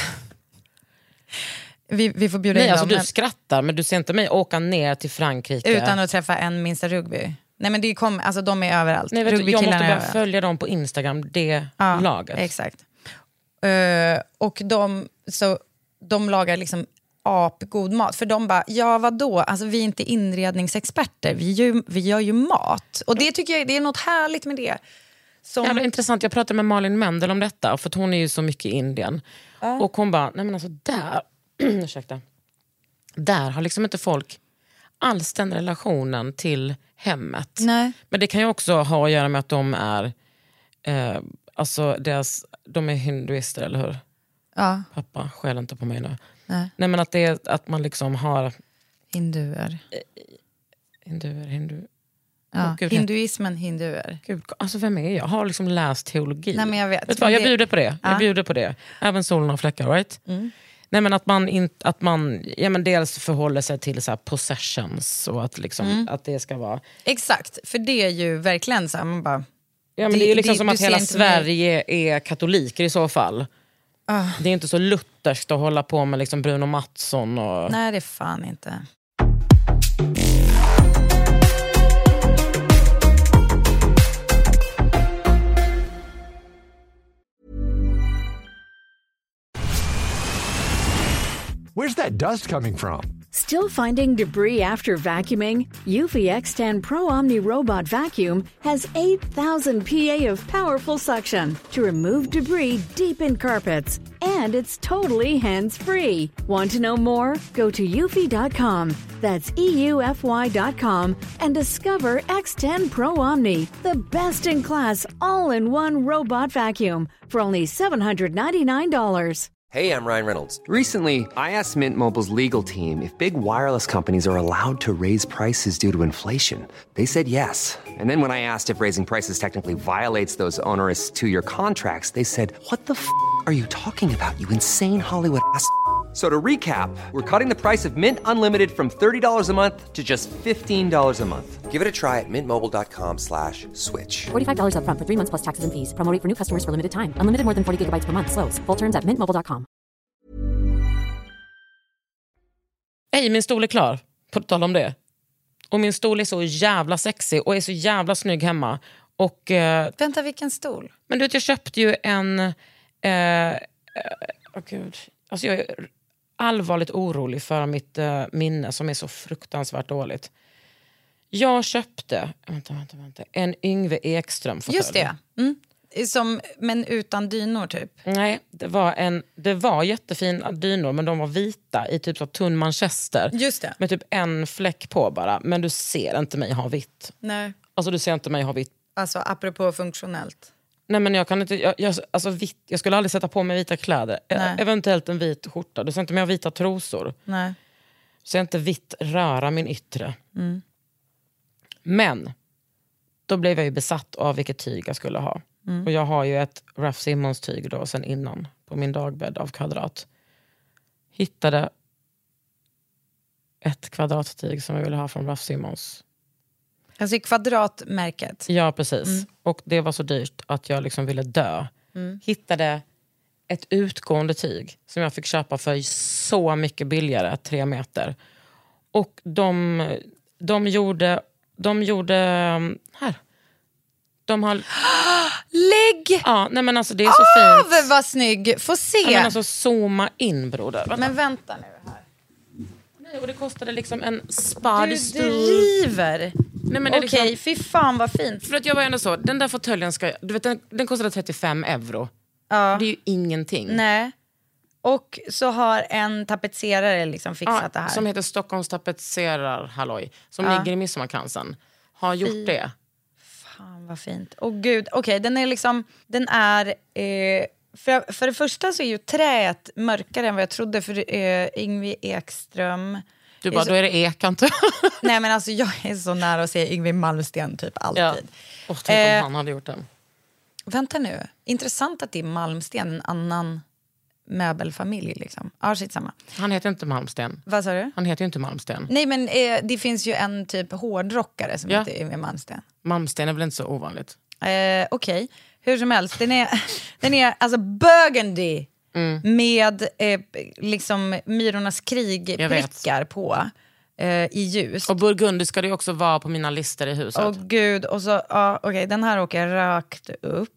vi, vi får bjuda Nej, in alltså dem. Du skrattar, men du ser inte mig åka ner till Frankrike. Utan att träffa en minsta rugby. Nej, men det kom, alltså de är överallt. Nej, vet du, jag måste bara följa dem på Instagram, det ja, laget. Exakt. Uh, och de, så, de lagar liksom apgod mat. För de bara, ja vadå? Alltså vi är inte inredningsexperter. Vi gör, vi gör ju mat. Och det tycker jag, det är något härligt med det. Som... Ja, det är intressant. Jag pratade med Malin Mendel om detta. För att hon är ju så mycket i Indien. Uh. Och hon bara, nej men alltså där... ursäkta. Där har liksom inte folk alls den relationen till hemmet. Nej. Men det kan ju också ha att göra med att de är... Eh, alltså deras, de är hinduister, eller hur? Ja. Pappa, skäll inte på mig nu. Nej. Nej, men att, det är, att man liksom har... Hinduer. Hinduer, hindu... Ja, oh, Gud, hinduismen, hinduer. Gud, alltså vem är jag? Jag har liksom läst teologi. Nej, men jag vet. vet vad, jag det... bjuder på det. Ja. Jag bjuder på det. Även solen och fläckar, right? Mm. Nej, men att man, in, att man ja, men dels förhåller sig till så här possessions och att, liksom, mm. att det ska vara... Exakt, för det är ju verkligen så här, man bara... Ja, men det, det är liksom det, som att hela Sverige med... är katoliker i så fall. Uh. Det är inte så lutherskt att hålla på med liksom Bruno Mattsson och... Nej, det är fan inte. Where's that dust coming from? Still finding debris after vacuuming? Eufy X ten Pro Omni Robot Vacuum has eight thousand P A of powerful suction to remove debris deep in carpets. And it's totally hands-free. Want to know more? Go to eufy dot com. That's E U F Y dot com and discover X ten Pro Omni, the best-in-class all-in-one robot vacuum for only seven hundred ninety-nine dollars. Hey, I'm Ryan Reynolds. Recently, I asked Mint Mobile's legal team if big wireless companies are allowed to raise prices due to inflation. They said yes. And then when I asked if raising prices technically violates those onerous two-year contracts, they said, what the f*** are you talking about, you insane Hollywood ass f- So to recap, we're cutting the price of Mint Unlimited from thirty dollars a month to just fifteen dollars a month. Give it a try at mintmobile.com slash switch. forty-five dollars up front for three months plus taxes and fees. Promo rate for new customers for limited time. Unlimited more than forty gigabytes per month. Slows full terms at mint mobile dot com. Hej, min stol är klar. På tal om det. Och min stol är så jävla sexig och är så jävla snygg hemma. Och, eh, Vänta, vilken stol? Men du vet, jag köpte ju en... Åh eh, oh gud. Alltså jag är allvarligt orolig för mitt eh, minne som är så fruktansvärt dåligt. Jag köpte vänta, vänta, vänta, en Yngve Ekström-fåtölj. Just det. Mm. Som, men utan dynor typ. Nej, det var, en, det var jättefina dynor, men de var vita i typ så tunn manchester. Just det. Med typ en fläck på bara. Men du ser inte mig ha vitt. Nej. Alltså du ser inte mig ha vitt. Alltså apropå funktionellt. Nej, men jag kan inte, jag, jag, alltså vitt, jag skulle aldrig sätta på mig vita kläder. Nej. Eventuellt en vit skjorta. Du ser inte mig ha vita trosor. Nej. Du ser inte vitt röra min yttre. Mm. Men då blev jag ju besatt av vilket tyg jag skulle ha. Mm. Och jag har ju ett Raf Simons tyg då sen innan på min dagbädd av kvadrat. Hittade ett kvadrattyg som jag ville ha från Raf Simons. Alltså i kvadratmärket? Ja, precis. Mm. Och det var så dyrt att jag liksom ville dö. Mm. Hittade ett utgående tyg som jag fick köpa för så mycket billigare, tre meter. Och de, de gjorde, de gjorde, här. De har... Lägg! Ja, nej men alltså det är så Av, fint. Vad snygg! Få se! Ja, men alltså zooma in, broder. Vänta. Men vänta nu här. Nej, och det kostade liksom en spad. Du driver! Nej, men okej, liksom, fy fan vad fint. För att jag var ändå så, den där fåtöljen ska, du vet, den, den kostade trettiofem euro. Ja. Det är ju ingenting. Nej. Och så har en tapetserare liksom fixat ja, det här. Som heter Stockholms tapetserar halloj. Som ja. ligger i Midsommarkransen. Har gjort fy. det. Fan vad fint. Åh gud, okej, okay, den är liksom, den är, eh, för, för det första så är ju träet mörkare än vad jag trodde för eh, Yngwie Ekström. Du bara, så, då är det ekan. Nej men alltså jag är så nära att se Yngwie Malmsteen typ alltid. Ja. Och tänk om eh, han hade gjort den. Vänta nu, intressant att det är Malmsteen, en annan möbelfamilj liksom. Ja, shit samma. Han heter inte Malmsteen. Vad sa du? Han heter ju inte Malmsteen. Nej men eh, det finns ju en typ hårdrockare som ja. heter Yngwie Malmsteen. Malmsteen är väl inte så ovanligt? Eh, Okej, okay. Hur som helst. Den är, den är alltså burgundy mm. med eh, liksom Myrornas krig-prickar på eh, i ljus. Och burgundy ska det också vara på mina listor i huset. Åh gud, och så, ja okej, okay, den här åker jag rakt upp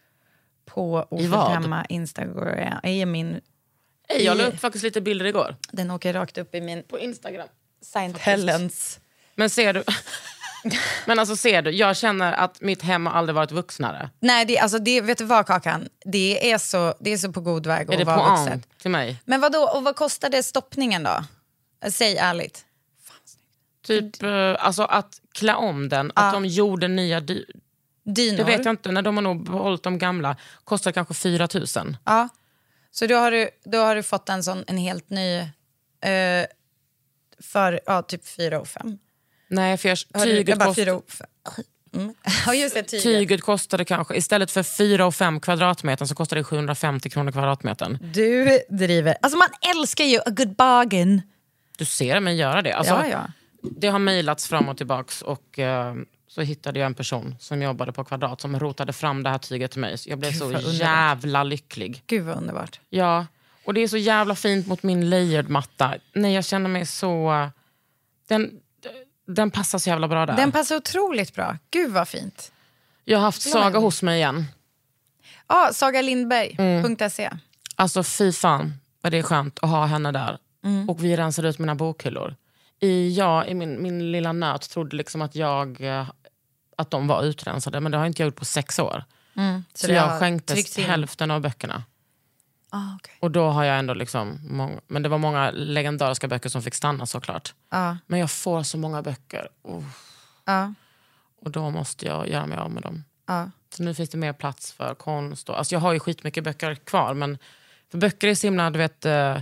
på Ofritt Hemma Instagram. I min... Hey, jag la upp faktiskt lite bilder igår. Den åker rakt upp i min... På Instagram. Saint Helens. Men ser du... Men alltså ser du, jag känner att mitt hem har aldrig varit vuxnare. Nej, det, alltså det, vet du vad Kakan? Det är så, det är så på god väg att är vara vuxen. Är det på till mig? Men vad då, och vad kostade stoppningen då? Säg ärligt. Fan, typ, eh, alltså att klä om den, ja. Att de gjorde nya dy- dynor. Det vet jag inte, när de har nog behållit de gamla, kostar kanske fyra tusen. Ja, så då har du, då har du fått en sån, en helt ny, eh, för ja, typ fyra och fem. Nej, för jag, tyget, jag bara kost... fyra och fem. Mm. Ja, just det, tyget. tyget kostade kanske, istället för fyra och fem kvadratmeter så kostade det sjuhundrafemtio kronor kvadratmetern. Du driver. Alltså man älskar ju a good bargain. Du ser mig göra det. Alltså, ja, ja. Det har mejlats fram och tillbaks och uh, så hittade jag en person som jobbade på Kvadrat som rotade fram det här tyget till mig. Så jag blev Gud, så jävla lycklig. Gud vad underbart. Ja, och det är så jävla fint mot min layered matta. Nej, jag känner mig så... Den... Den passar så jävla bra där. Den passar otroligt bra. Gud vad fint. Jag har haft Saga hos mig igen. Ja, ah, saga lindberg punkt se. Mm. Alltså fy fan vad det är skönt att ha henne där. Mm. Och vi rensade ut mina bokhyllor. I, jag, i min, min lilla nöt trodde liksom att jag att de var utrensade. Men det har inte jag gjort på sex år. Mm. Så, så jag skänktes hälften av böckerna. Ah, okay. Och då har jag ändå liksom många, men det var många legendariska böcker som fick stanna såklart. Ah. Men jag får så många böcker. Oh. Ah. Och då måste jag göra mig av med dem. Ah. Så nu finns det mer plats för konst. Och, alltså jag har ju skitmycket böcker kvar. Men för böcker är så himla, du vet, äh,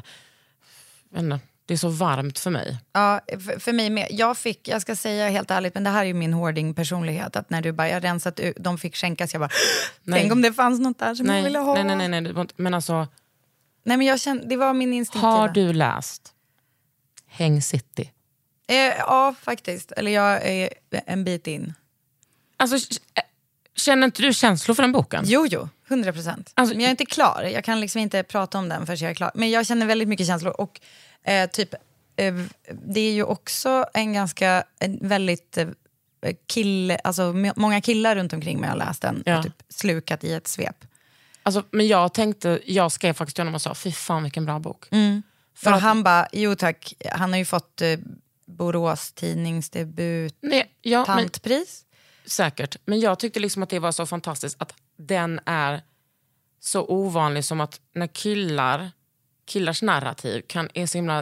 inte, det är så varmt för mig. Ja, för, för mig med. Jag fick, jag ska säga helt ärligt, men det här är ju min hoarding-personlighet. Att när du bara, jag rensat ut, de fick skänkas, jag bara, nej. Tänk om det fanns något där som nej, jag ville ha. Nej, nej, nej, nej. Men alltså... Nej, men jag kände, det var min instinkt. Har du läst Häng City? Eh, ja, faktiskt. Eller jag är en bit in. Alltså, känner inte du känslor för den boken? Jo, jo. hundra procent. Alltså, men jag är inte klar. Jag kan liksom inte prata om den förrän jag är klar. Men jag känner väldigt mycket känslor. Och eh, typ, eh, det är ju också en ganska, en väldigt eh, kill, alltså många killar runt omkring mig har läst den. Ja. Och typ slukat i ett svep. Alltså, men jag tänkte, jag skrev faktiskt till honom och sa, fy fan vilken bra bok. Mm. För att, han bara, jo tack, han har ju fått eh, Borås tidningsdebut, nej, ja, tantpris. Men, säkert, men jag tyckte liksom att det var så fantastiskt att den är så ovanlig som att när killar, killars narrativ kan, är så himla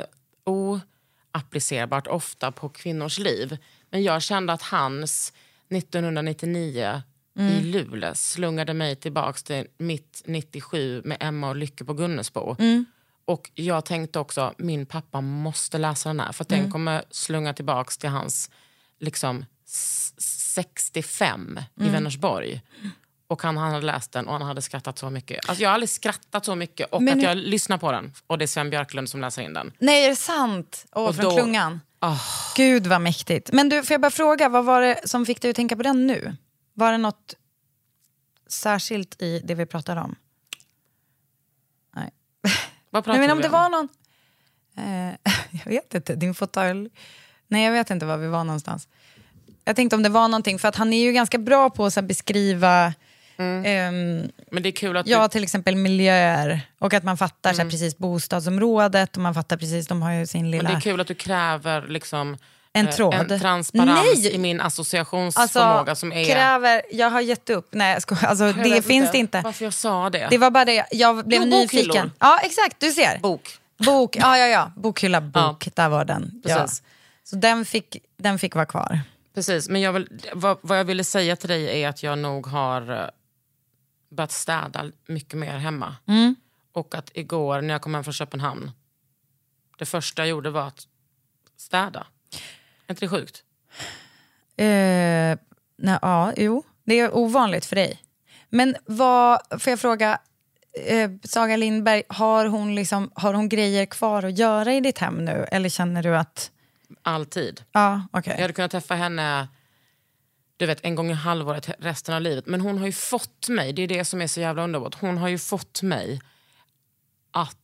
oapplicerbart ofta på kvinnors liv. Men jag kände att hans nittonhundranittionio Mm. i Luleå slungade mig tillbaks till mitt nittiosju med Emma och Lycke på Gunnesbo. Mm. Och jag tänkte också, min pappa måste läsa den här. För att mm. den kommer slunga tillbaks till hans liksom, s- sextiofem Mm. i Vänersborg. Och han, han hade läst den och han hade skrattat så mycket. Alltså jag har aldrig skrattat så mycket. Och Men att hur- jag lyssnar på den. Och det är Sven Björklund som läser in den. Nej, är det sant? Åh, Och från då- Klungan. Oh. Gud vad mäktigt. Men du, får jag bara fråga, vad var det som fick dig att tänka på den nu? Var det något särskilt i det vi pratade om? Nej. Vad pratar Nej, men om vi det om? var någon... Eh, jag vet inte, din fotölj... Nej, jag vet inte var vi var någonstans. Jag tänkte om det var någonting, för att han är ju ganska bra på att så här, beskriva... Mm. ehm, Men det är kul att ja, du... till exempel miljöer. Och att man fattar så Mm. här, precis bostadsområdet. Och man fattar precis, de har ju sin Men lilla... det är kul att du kräver liksom... En eh, tråd. En transparens Nej! i min associationsförmåga som är... kräver, jag har gett upp. Nej, jag skojar. Alltså, Jag det vet finns det inte. Varför jag sa det. Det var bara det, jag blev Jo, nyfiken. bokhyllor. Ja, exakt, du ser. Bok. Bok, ja, ja, ja. Bokhylla, bok, där var den. Ja. Precis. Så den fick, den fick vara kvar. Precis, men jag vill, vad, vad jag ville säga till dig är att jag nog har eh, börjat städa mycket mer hemma. Mm. Och att igår när jag kom hem från Köpenhamn, det första jag gjorde var att städa. Är inte det sjukt? Eh, nej, ja, jo. Det är ovanligt för dig. Men vad, får jag fråga, eh, Saga Lindberg, har hon, liksom, har hon grejer kvar att göra i ditt hem nu? Eller känner du att... Alltid. Ja, okej. Jag hade kunnat träffa henne, du vet, en gång i halvåret resten av livet. Men hon har ju fått mig, det är det som är så jävla underbart. Hon har ju fått mig att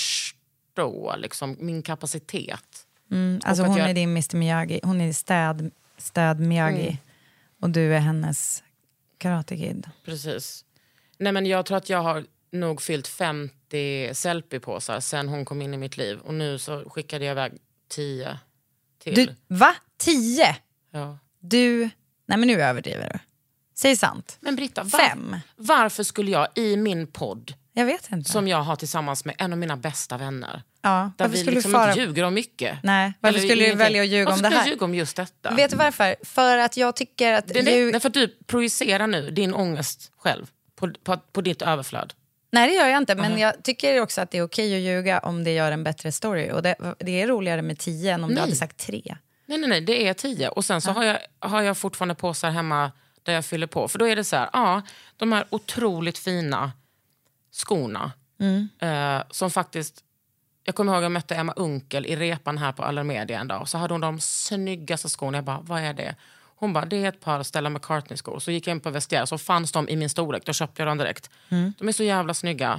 förstå liksom, min kapacitet. Mm, alltså Och att hon jag- är din mister Miyagi. Hon är städ, städ Miyagi. Mm. Och du är hennes Karate Kid. Precis. Nej, men jag tror att jag har nog fyllt femtio selfie-påsar sen hon kom in i mitt liv. Och nu så skickade jag iväg tio till. Du, va? Tio? Ja. Du... Nej, men nu överdriver du. Säg sant. Men Britta, var, Fem? varför skulle jag i min podd Jag vet inte. som jag har tillsammans med en av mina bästa vänner, ja, där varför vi skulle liksom du fara... inte ljuger om mycket. Nej, varför Eller skulle du ingenting. välja att ljuga Varför om det skulle här? jag ljuga om just detta? Vet du varför? För att jag tycker att... Det är, det, ljug- det är för att du projicerar nu din ångest själv på, på, på ditt överflöd. Nej, det gör jag inte. Men jag tycker också att det är okej att ljuga om det gör en bättre story. Och det, det är roligare med tio än om Nej. du hade sagt tre. Nej, nej, nej, det är tio. Och sen så har, jag, har jag fortfarande påsar hemma där jag fyller på. För då är det så här, ja, de här otroligt fina skorna. Mm. Eh, som faktiskt, jag kommer ihåg att jag mötte Emma Unkel i repan här på Allermedia en dag. Och så hade hon de snyggaste skorna. Jag bara, vad är det? Hon bara, det är ett par Stella McCartney-skor. Så gick jag in på Vestiaire, så fanns de i min storlek. Då köpte jag dem direkt. Mm. De är så jävla snygga.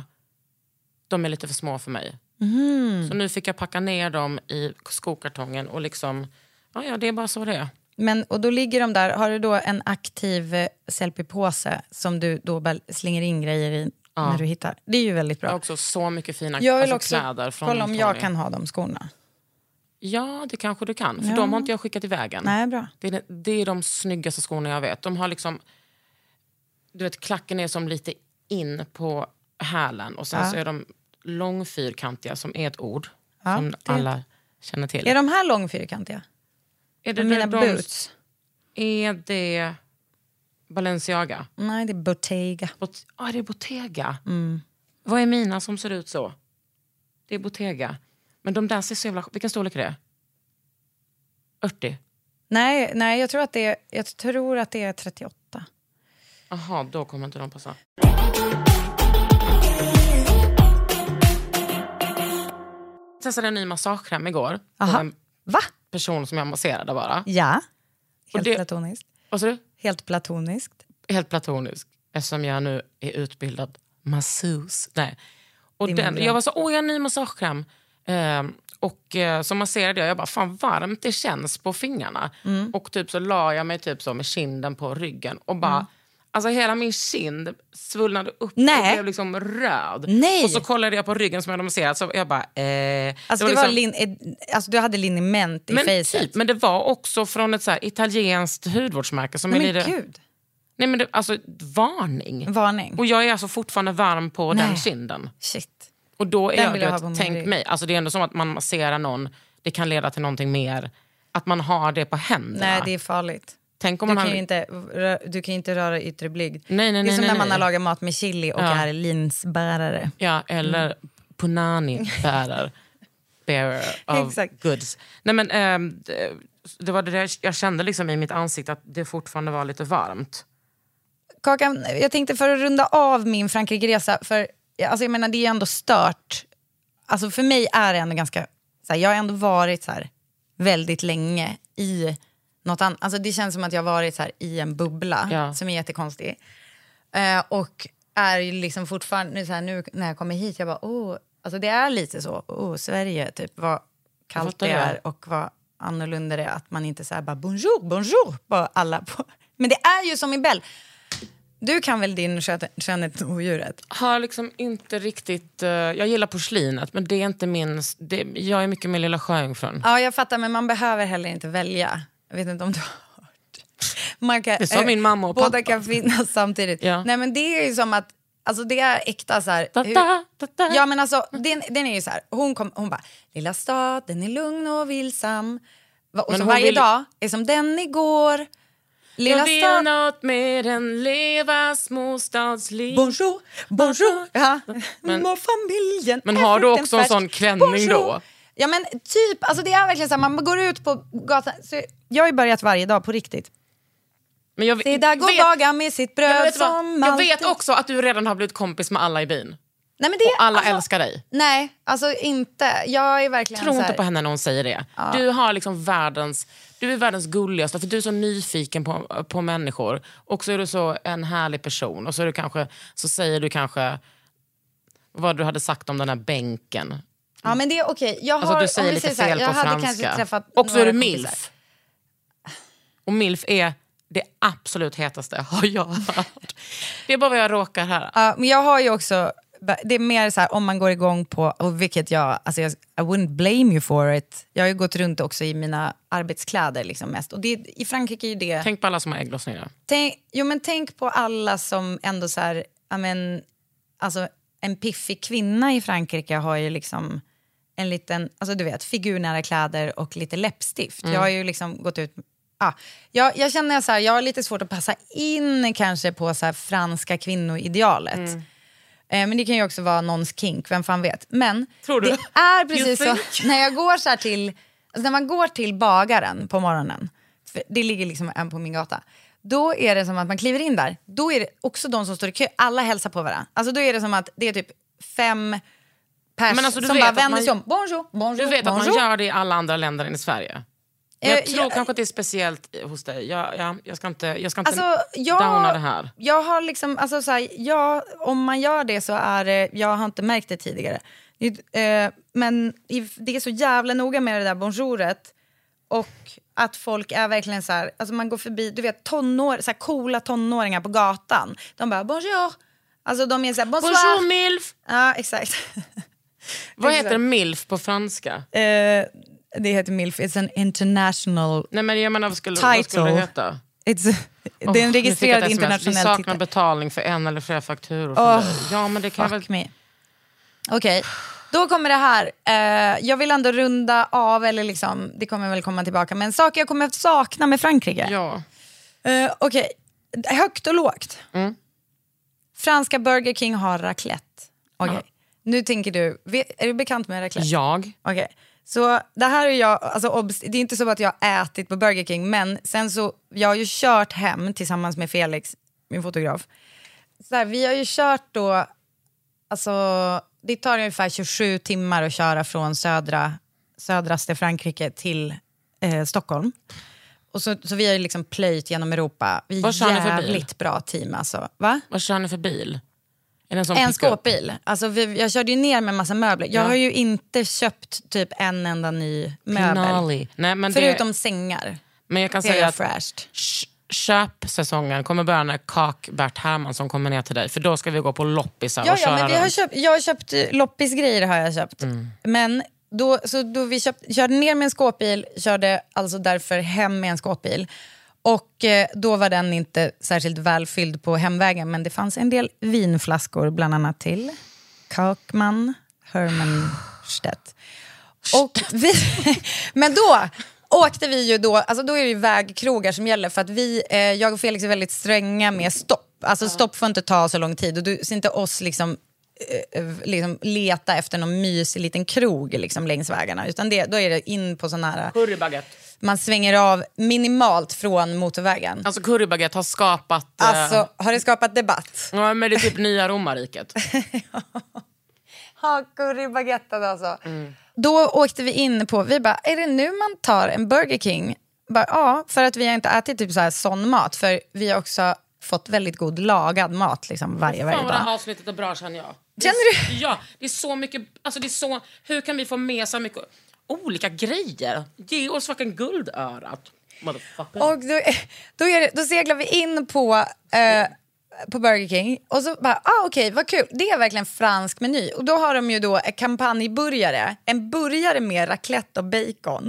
De är lite för små för mig. Mm. Så nu fick jag packa ner dem i skokartongen och liksom, ja, ja, det är bara så det är. Men, och då ligger de där, har du då en aktiv eh, selfie-påse som du då bara slänger in grejer i Ja. när du hittar? Det är ju väldigt Jag har bra. också så mycket fina Jag vill alltså, också kläder från kolla om Tony. jag kan ha de skorna. Ja, det kanske du kan. För Ja. de har inte jag skickat i vägen. Nej, bra. Det är, det är de snyggaste skorna jag vet. De har liksom, du vet, klacken är som lite in på hälen. Och sen Ja. så är de långfyrkantiga, som är ett ord. Ja, som det- alla känner till. Är de här långfyrkantiga? är det Mina de, boots? Är det Balenciaga? Nej, det är Bottega. Bot- ah, det är Bottega. Mm. Vad är mina som ser ut så? Det är Bottega. Men de där ser så jävla... Vilken storlek är det? fyrtio? Nej, nej jag, tror att det är, jag tror att det är trettioåtta. Aha, då kommer inte de passa. Jag testade en ny massagekräm igår. Aha. På en Va? person som jag masserade bara. Ja. Helt det- platoniskt. Vad sa du? Helt platoniskt. Helt platonisk. Eftersom jag nu är utbildad masseuse. Nej. Och Din den, grej. jag var så, åh, jag har en ny massagekräm. Ehm, och eh, så masserade jag, jag bara, fan varmt det känns på fingrarna. Mm. Och typ så la jag mig typ så med kinden på ryggen. Och bara, Mm. alltså hela min kind svullnade upp Nej. och blev liksom röd. Nej. Och så kollade jag på ryggen som jag hade masserat, så jag bara, eh, Alltså, det det var liksom- lin, eh, alltså du hade liniment i men, facet. typ, men det var också från ett så här italienskt hudvårdsmärke som Nej, är men lite... gud. Nej, men det, alltså varning. Varning. Och jag är alltså fortfarande varm på Nej. den kinden. Shit. Och då är Den jag, vill du jag vet, ha på min tänk rygg. mig, alltså det är ändå som att man masserar någon, det kan leda till någonting mer. Att man har det på händerna. Nej, det är farligt. Tänk om Du man kan, har... ju inte, rö- du kan ju inte röra yttre blygd. Nej, nej, det är som nej, när nej, man har nej. lagat mat med chili och Ja. är linsbärare. Ja, eller Mm. punani bärer. Bearer of Exakt. goods. Nej, men, ehm, d- det var det där jag kände liksom i mitt ansikte att det fortfarande var lite varmt. Kakan, jag tänkte för att runda av min Frankrike-resa, för alltså jag menar det är ju ändå stört. Alltså för mig är det ändå ganska, så här, jag har ändå varit så här väldigt länge i något annat. Alltså det känns som att jag har varit så här i en bubbla ja. som är jättekonstig. Uh, och är ju liksom fortfarande så här, nu när jag kommer hit, jag bara, oh, alltså det är lite så, oh, Sverige, typ vad kallt det är och vad annorlunda det är, att man inte så här bara bonjour, bonjour på alla på. Men det är ju som i Bell. Du kan väl din skönhetsodjuret? Har liksom inte riktigt, uh, jag gillar porslinet, men det är inte min, det, jag är mycket med Lilla Sjöjungfrun. Ja, jag fattar, men man behöver heller inte välja. Jag vet inte om du har hört. Man kan, det sa min mamma och pappa. Båda kan finnas samtidigt. Ja. Nej, men det är ju som att, alltså det är äkta så här. Da, da, da, da. Ja, men alltså den, den är ju så här. Hon kom, hon bara, lilla stad, den är lugn och vilsam. Och men så varje vill... dag är som den igår. Lilla jag vill stad... något mer än leva småstadsliv. Bonjour, bonjour. Ja. Men, familjen. Men har du också en sån klänning bonjour. Då? Ja, men typ, alltså det är verkligen så här, man går ut på gatan. Så jag har ju börjat varje dag på riktigt. Men jag, Se där går baga med sitt bröd. Jag vet, som jag vet också att du redan har blivit kompis med alla i byn. Nej, men det, och alla alltså, älskar dig. Nej, alltså inte. Jag är verkligen Tror så här... inte på henne när hon säger det. Ja. Du har liksom världens, du är världens gulligaste, för du är så nyfiken på, på människor. Och så är du så en härlig person. Och så är du kanske, så säger du kanske vad du hade sagt om den här bänken. Ja, men det är okej. Okay. Jag har, alltså du säger lite fel här, jag på hade franska. Kanske träffat och så är du kompisar. milf. Och milf är det absolut hetaste har jag hört. Det är bara vad jag råkar här. Ja, men jag har ju också, det är mer så här om man går igång på, och vilket jag, alltså jag, I wouldn't blame you for it. Jag har ju gått runt också i mina arbetskläder liksom mest. Och det, i Frankrike är ju det... Tänk på alla som har ägglossningar. Tänk, jo men tänk på alla som ändå så här, I mean, alltså en piffig kvinna i Frankrike har ju liksom en liten, alltså du vet, figurnära kläder och lite läppstift. Mm. Jag har ju liksom gått ut... Ah, jag, jag känner så här, jag har lite svårt att passa in kanske på så här franska kvinnoidealet. Mm. Eh, men det kan ju också vara någons kink, vem fan vet. Men tror du? Det är precis så, när jag går så här till, alltså när man går till bagaren på morgonen, för det ligger liksom en på min gata, då är det som att man kliver in där, då är det också de som står i kö, alla hälsar på varandra. Alltså då är det som att det är typ fem pers alltså, som bara vänder sig om. Bonjour, bonjour, du vet bonjour. Att man gör det i alla andra länder än i Sverige. Men jag tror jag, kanske att det är speciellt hos dig. Jag, jag, jag ska inte, jag ska inte alltså, jag, downa det här. Jag har liksom, alltså så här, ja, om man gör det så är det, jag har inte märkt det tidigare. Det, eh, men det är så jävla noga med det där bonjouret. Och att folk är verkligen så här, alltså man går förbi, du vet, tonår, så här coola tonåringar på gatan. De bara, bonjour. Alltså de är så här, bonsoir. Bonjour, milf. Ja, exakt. Vad heter milf på franska? Eh... Det heter milf. It's an international Nej, men jag menar, vad skulle, title. Vad skulle det heta? It's a, oh, det är en registrerad internationell titel. Vi saknar betalning för en eller flera fakturor. Oh, ja, men det kan fuck väl... me. Okej, okay. Då kommer det här. Uh, jag vill ändå runda av, eller liksom, det kommer väl komma tillbaka. Men saker jag kommer att sakna med Frankrike. Ja. Uh, Okej, okay. Högt och lågt. Mm. Franska Burger King har raclette. Okej, okay. Ja. Nu tänker du, är du bekant med raclette? Jag. Okej. Okay. Så det här är jag, alltså obst- det är inte så att jag har ätit på Burger King, men sen så, jag har ju kört hem tillsammans med Felix, min fotograf. Så här, vi har ju kört då, alltså det tar ungefär tjugosju timmar att köra från södra, södraste Frankrike till eh, Stockholm. Och så, så vi har ju liksom plöjt genom Europa. Vi är jävligt bra team alltså. Va? Vad kör ni för bil? En, en skåpbil. Alltså vi, jag körde ju ner med massa möbler. Jag ja. har ju inte köpt typ en enda ny möbel. Nej, men förutom det... sängar. Men jag kan det säga att fräscht. köpsäsongen kommer börja när Kak Bert Hermansson kommer ner till dig. För då ska vi gå på loppisar ja, och ja, köra men vi har köpt, jag har köpt loppisgrejer har jag köpt. Mm. Men då, så då vi köpt, körde ner med en skåpbil, körde alltså därför hem med en skåpbil. Och eh, då var den inte särskilt välfylld på hemvägen. Men det fanns en del vinflaskor, bland annat till Kaukman Hermanstedt. Och vi, men då åkte vi ju då, alltså då är det ju vägkrogar som gäller. För att vi, eh, jag och Felix är väldigt stränga med stopp. Alltså stopp får inte ta så lång tid. Och du ser inte oss liksom liksom leta efter någon mysig liten krog liksom längs vägarna, utan det, då är det in på sån här currybaguette. Man svänger av minimalt från motorvägen. Alltså currybaguette har skapat Alltså eh... har det skapat debatt? Ja, men det är typ nya romarriket. Ha currybaguette alltså. Mm. Då åkte vi in på, vi bara, är det nu man tar en Burger King? Bara, ja, för att vi har inte ätit typ så här sån mat, för vi har också fått väldigt god lagad mat liksom varje, varje dag. Fan vad det här avsnittet är bra, känner jag. Känner du? Ja, det är så mycket, alltså det är så, hur kan vi få med så mycket olika grejer? Ge oss fucking guldörat. Motherfucker. Och då, då, är det, då seglar vi in på, eh, på Burger King. Och så bara, ah, okej, okay, vad kul. Det är verkligen fransk meny. Och då har de ju då en kampanjburgare. En burgare med raclette och bacon.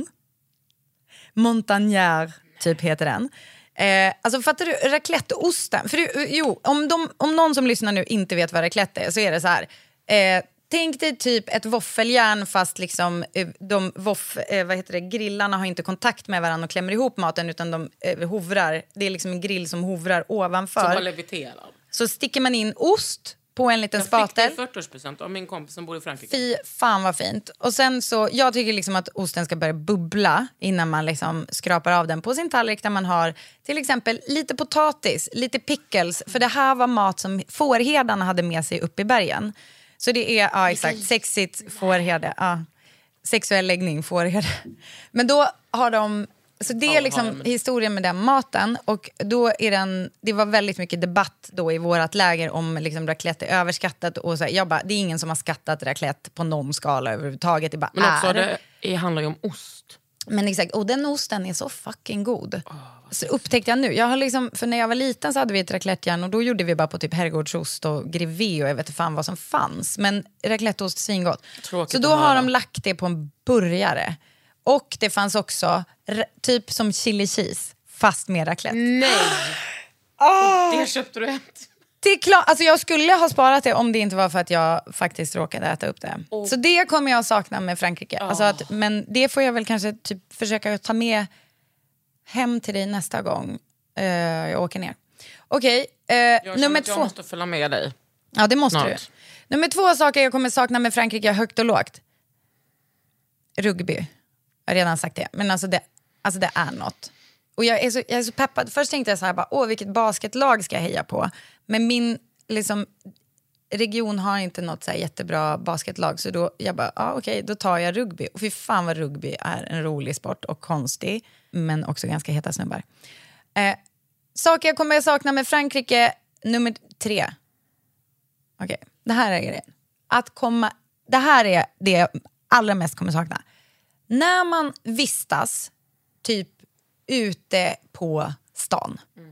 Montagnard, typ heter den. Eh, alltså fattar du, racletteosten. För du, jo, om, de, om någon som lyssnar nu inte vet vad raclette är, så är det så här. Eh, tänk dig typ ett våffeljärn, fast liksom de voff, eh, vad heter det, grillarna har inte kontakt med varandra och klämmer ihop maten, utan de eh, hovrar. Det är liksom en grill som hovrar ovanför. Som var leviterad. Så sticker man in ost på en liten spatel. Jag fick det fyrtioårspresent av min kompis som bor i Frankrike. Fy fan vad fint. Och sen så, jag tycker liksom att osten ska börja bubbla innan man liksom skrapar av den på sin tallrik, där man har till exempel lite potatis, lite pickles. För det här var mat som fårherdarna hade med sig upp i bergen. Så det är, ja exakt, sexigt fårherde. Ja. Sexuell läggning, fårherde. Men då har de, så det är liksom historien med den maten. Och då är den, det var väldigt mycket debatt då i vårat läger om liksom raclette är överskattat. Och så här, jag bara, det är ingen som har skattat raclette på någon skala överhuvudtaget. Det bara Men också är. det, det handlar ju om ost. Men exakt, och den osten är så fucking god. Oh, så upptäckte jag nu. Jag har liksom, för när jag var liten så hade vi ett raclettejärn, och då gjorde vi bara på typ herrgårdsost och grevé och jag vet inte fan vad som fanns. Men racletteost är svingott. Så då har de lagt det på en burgare. Och det fanns också typ som chili cheese, fast med raclette. Nej! Oh. Det köpte du hem. Det är klart, alltså jag skulle ha sparat det om det inte var för att jag faktiskt råkade äta upp det. Oh. Så det kommer jag sakna med Frankrike. Oh. Alltså att, men det får jag väl kanske typ försöka ta med hem till dig nästa gång uh, jag åker ner. Okej, okay, uh, nummer två. Jag måste följa med dig. Ja, det måste Snart. du. Nummer två saker jag kommer sakna med Frankrike, högt och lågt. Rugby. Jag har redan sagt det. Men alltså det, alltså det är något. Och jag är, så, jag är så peppad. Först tänkte jag så här, bara, åh vilket basketlag ska jag heja på. Men min liksom, region har inte något så här jättebra basketlag. Så då, jag bara, ja okej, då tar jag rugby. Och fy fan vad rugby är en rolig sport och konstig. Men också ganska heta snubbar. Eh, saker jag kommer att sakna med Frankrike, nummer tre. Okej, okay, det här är grejen. Att komma, det här är det jag allra mest kommer sakna. När man vistas typ ute på stan. Mm.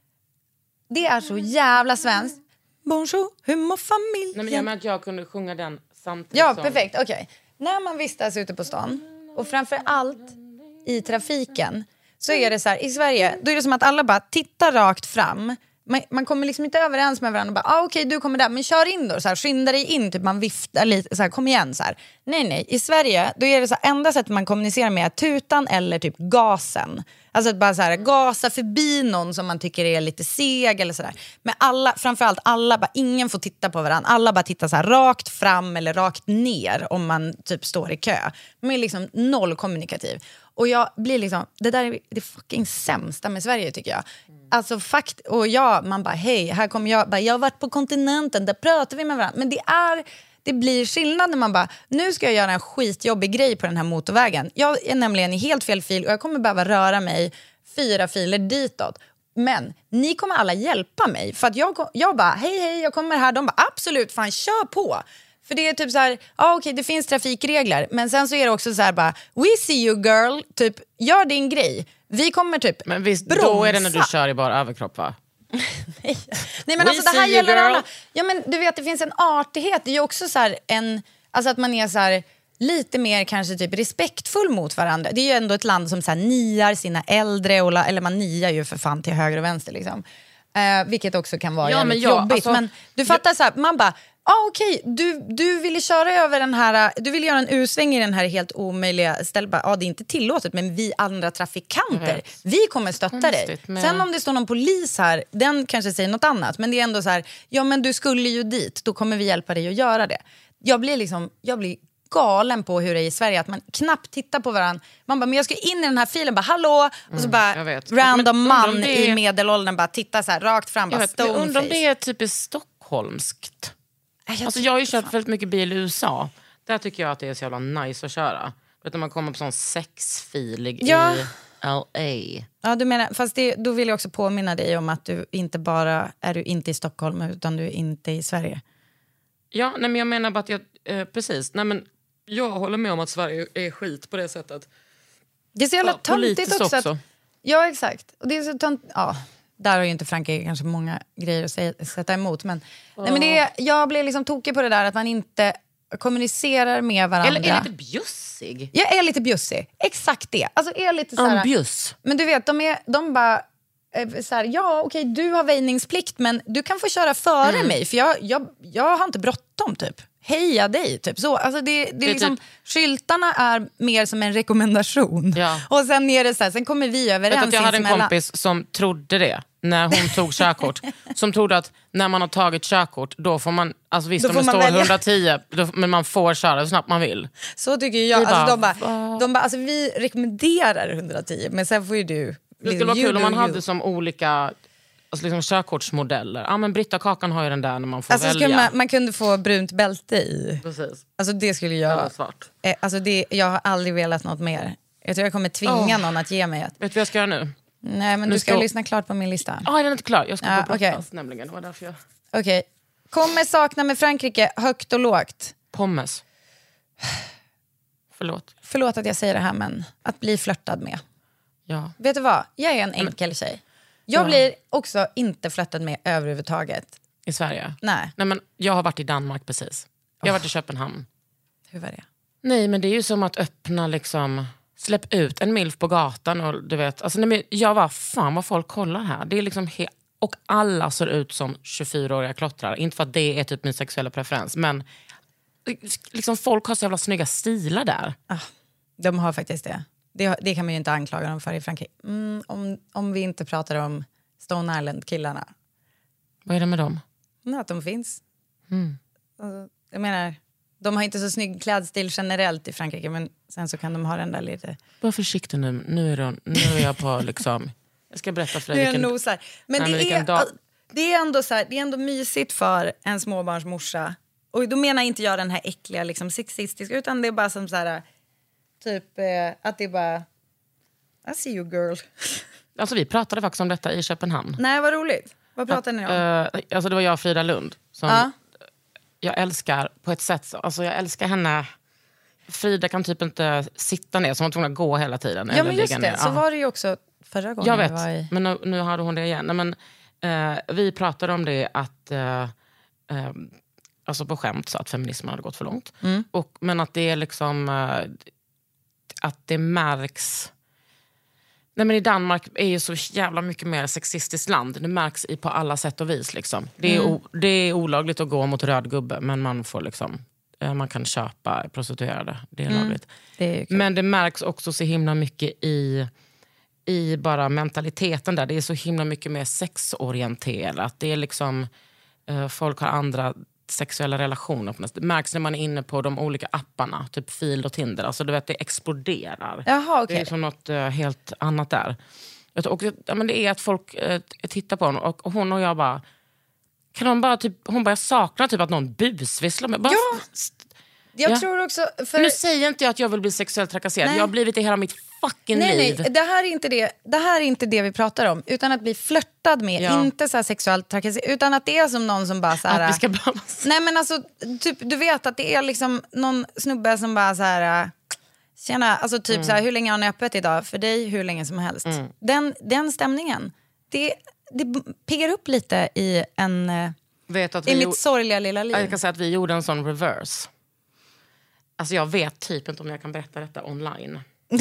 Det är så jävla svenskt. Bonjour, hur mår familjen? Nej, men jag menar att jag kunde sjunga den samtidigt. Ja, som... perfekt. Okej. Okay. När man vistas ute på stan och framför allt i trafiken, så är det så här, i Sverige, då är det som att alla bara tittar rakt fram. Man, man kommer liksom inte överens med varandra och bara, ah, okej, okay, du kommer där, men kör in då, så här, skynda dig in, typ man viftar lite, så här, kom igen, så här. Nej, nej, i Sverige, då är det så här, enda sättet man kommunicerar med är tutan eller typ gasen. Alltså att bara så här, gasa förbi någon som man tycker är lite seg eller sådär. Men alla, framförallt alla, bara, ingen får titta på varandra. Alla bara tittar så här rakt fram eller rakt ner om man typ står i kö. Man är liksom noll kommunikativ. Och jag blir liksom, det där är det fucking sämsta med Sverige tycker jag. Mm. Alltså fakt, och jag, man bara hej, här kommer jag, bara, jag har varit på kontinenten, där pratar vi med varandra. Men det är, det blir skillnad när man bara, nu ska jag göra en skitjobbig grej på den här motorvägen. Jag är nämligen i helt fel fil och jag kommer behöva röra mig fyra filer ditåt. Men ni kommer alla hjälpa mig. För att jag, jag bara, hej hej, jag kommer här. De bara, absolut, fan, kör på. För det är typ så här, ja okej, det finns trafikregler. Men sen så är det också så här bara, we see you girl, typ, gör din grej. Vi kommer typ Men visst, bromsa. Då är det när du kör i bara överkropp, va? Nej. Nej, men alltså det här gäller alla. Ja, men du vet, det finns en artighet. Det är ju också så här en, alltså att man är så här lite mer kanske typ respektfull mot varandra. Det är ju ändå ett land som så här niar sina äldre, och, eller man niar ju för fan till höger och vänster liksom. Uh, vilket också kan vara ja, men ja, jobbigt. Alltså, men du fattar jag... så här, man bara, ah, okej, okay. du, du ville köra över den här, du ville göra en U-sväng i den här helt omöjliga stället. Ja, ah, det är inte tillåtet, men vi andra trafikanter, vi kommer stötta dig. Med... Sen om det står någon polis här, den kanske säger något annat, men det är ändå så här, ja men du skulle ju dit, då kommer vi hjälpa dig att göra det. Jag blir liksom, jag blir galen på hur det är i Sverige, att man knappt tittar på varandra. Man bara, men jag ska in i den här filen, bara hallå, och så bara mm, random men, man är... i medelåldern bara tittar så här rakt fram, bara stoneface. Jag undrar om det är typiskt stockholmskt. Jag, alltså, jag har ju kört väldigt mycket bil i U S A. Där tycker jag att det är så jävla nice att köra. Vet, när man kommer på sån sexfilig ja. i L A. Ja, du menar, fast det, då vill jag också påminna dig om att du inte bara är du inte i Stockholm, utan du är inte i Sverige. Ja, nej, men jag menar bara att jag, eh, precis, nej men jag håller med om att Sverige är skit på det sättet. Det är så jävla ja, töntigt också. också. Att, ja, exakt. Och det är så tönt, ja, där har ju inte Frankrike kanske många grejer att säga, sätta emot. Men, oh. nej, men det är, jag blir liksom tokig på det där att man inte kommunicerar med varandra. Eller är lite bjussig. Jag är lite bjussig. Exakt det. Alltså är lite så här, um, bjuss. Men du vet, de, är, de bara... Så här, ja okej, du har väjningsplikt, men du kan få köra före mm. mig, för jag, jag, jag har inte bråttom typ. Heja dig typ så. Alltså det, det, det är liksom, typ... skyltarna är mer som en rekommendation. Ja. Och sen är det så här, sen kommer vi överens. Jag, jag hade en kompis som trodde det när hon tog körkort. Som trodde att när man har tagit körkort, då får man, alltså visst om det står välja. hundratio, då, men man får köra så snabbt man vill. Så tycker jag. Alltså, bara, de bara, de bara, alltså vi rekommenderar hundratio, men sen får ju du. Det skulle vara kul om man hade som olika alltså liksom körkortsmodeller. Ja, men Britta Kakan har ju den där när man får alltså, välja. Man, man kunde få brunt bälte i. Precis. Alltså det skulle jag... Eller svart. Eh, alltså det, jag har aldrig velat något mer. Jag tror jag kommer tvinga oh. någon att ge mig ett. Vet du vad jag ska göra nu? Nej, men nu du ska, ska lyssna klart på min lista. Ja, ah, är den inte klar? Jag ska ja, gå på okay. plats nämligen. Det var därför jag... Okej. Okay. Kommer sakna med Frankrike, högt och lågt. Pommes. Förlåt. Förlåt att jag säger det här, men att bli flörtad med. Ja. Vet du vad? Jag är en enkel tjej. Jag ja. blir också inte flörtad med överhuvudtaget. I Sverige? Nej. Nej, men jag har varit i Danmark precis. Jag har oh. varit i Köpenhamn. Hur var det? Nej, men det är ju som att öppna liksom... Släpp ut en milf på gatan och du vet... Alltså, nej, men jag var fan vad folk kollar här. Det är liksom he- och alla ser ut som tjugofyraåriga klottrar. Inte för att det är typ min sexuella preferens, men liksom folk har så jävla snygga stilar där. Ah, de har faktiskt det. Det, det kan man ju inte anklaga dem för i Frankrike. Mm, om, om vi inte pratar om Stone Island-killarna. Vad är det med dem? Nej, att de finns. Mm. Jag menar, de har inte så snygg klädstil generellt i Frankrike, men sen så kan de ha den där lite... Var försiktig nu. Nu är, det, nu är jag på liksom... Jag ska berätta för dig vilken... Nosar. Men nej, det, är, dag... det är ändå så här, det är ändå mysigt för en småbarnsmorsa. Och då menar inte jag den här äckliga liksom sexistiska, utan det är bara som så här... Typ eh, att det är bara... I see you girl. Alltså vi pratade faktiskt om detta i Köpenhamn. Nej, vad roligt. Vad pratade ni om? Uh, alltså det var jag och Frida Lund. Som uh. Jag älskar på ett sätt. Alltså jag älskar henne. Frida kan typ inte sitta ner, så hon tvungen att gå hela tiden. Ja, men just det. Ner. Så var det ju också förra gången. Jag vet, jag var i... men nu, nu hade hon det igen. Nej, men, uh, vi pratade om det att... Uh, uh, alltså på skämt så att feminismen hade gått för långt. Mm. Och, men att det är liksom... Uh, att det märks... Nej, men i Danmark är ju så jävla mycket mer sexistiskt land. Det märks i på alla sätt och vis liksom. Det är, mm. o, det är olagligt att gå mot röd gubbe, men man får liksom man kan köpa prostituerade. Det är mm. lagligt. Det är men det märks också så himla mycket i i bara mentaliteten där. Det är så himla mycket mer sexorienterat. Det är liksom uh, folk har andra sexuella relationer. Det märks när man är inne på de olika apparna, typ Fil och Tinder. Alltså du vet, det exploderar. Jaha, okay. Det är som något uh, helt annat där. Och, ja, men det är att folk uh, tittar på honom och, och hon och jag bara kan hon bara typ, hon bara saknar typ att någon busvisslar med. Bara, ja, jag ja. tror också... För... Nu säger inte jag att jag vill bli sexuellt trakasserad. Nej. Jag har blivit i hela mitt fucking nej, liv. Nej, det här är inte det, det här är inte det vi pratar om. Utan att bli flörtad med, ja. Inte så här sexuellt trakasserad. Utan att det är som någon som bara så här... Att vi ska bara... Nej, men alltså, typ, du vet att det är liksom någon snubbe som bara så här... Tjena, alltså typ mm. så här, hur länge har ni öppet idag? För dig, hur länge som helst. Mm. Den, den stämningen, det, det piggar upp lite i en... Vet att i vi mitt sorgliga lilla liv. Jag kan säga att vi gjorde en sån reverse. Alltså jag vet typ inte om jag kan berätta detta online.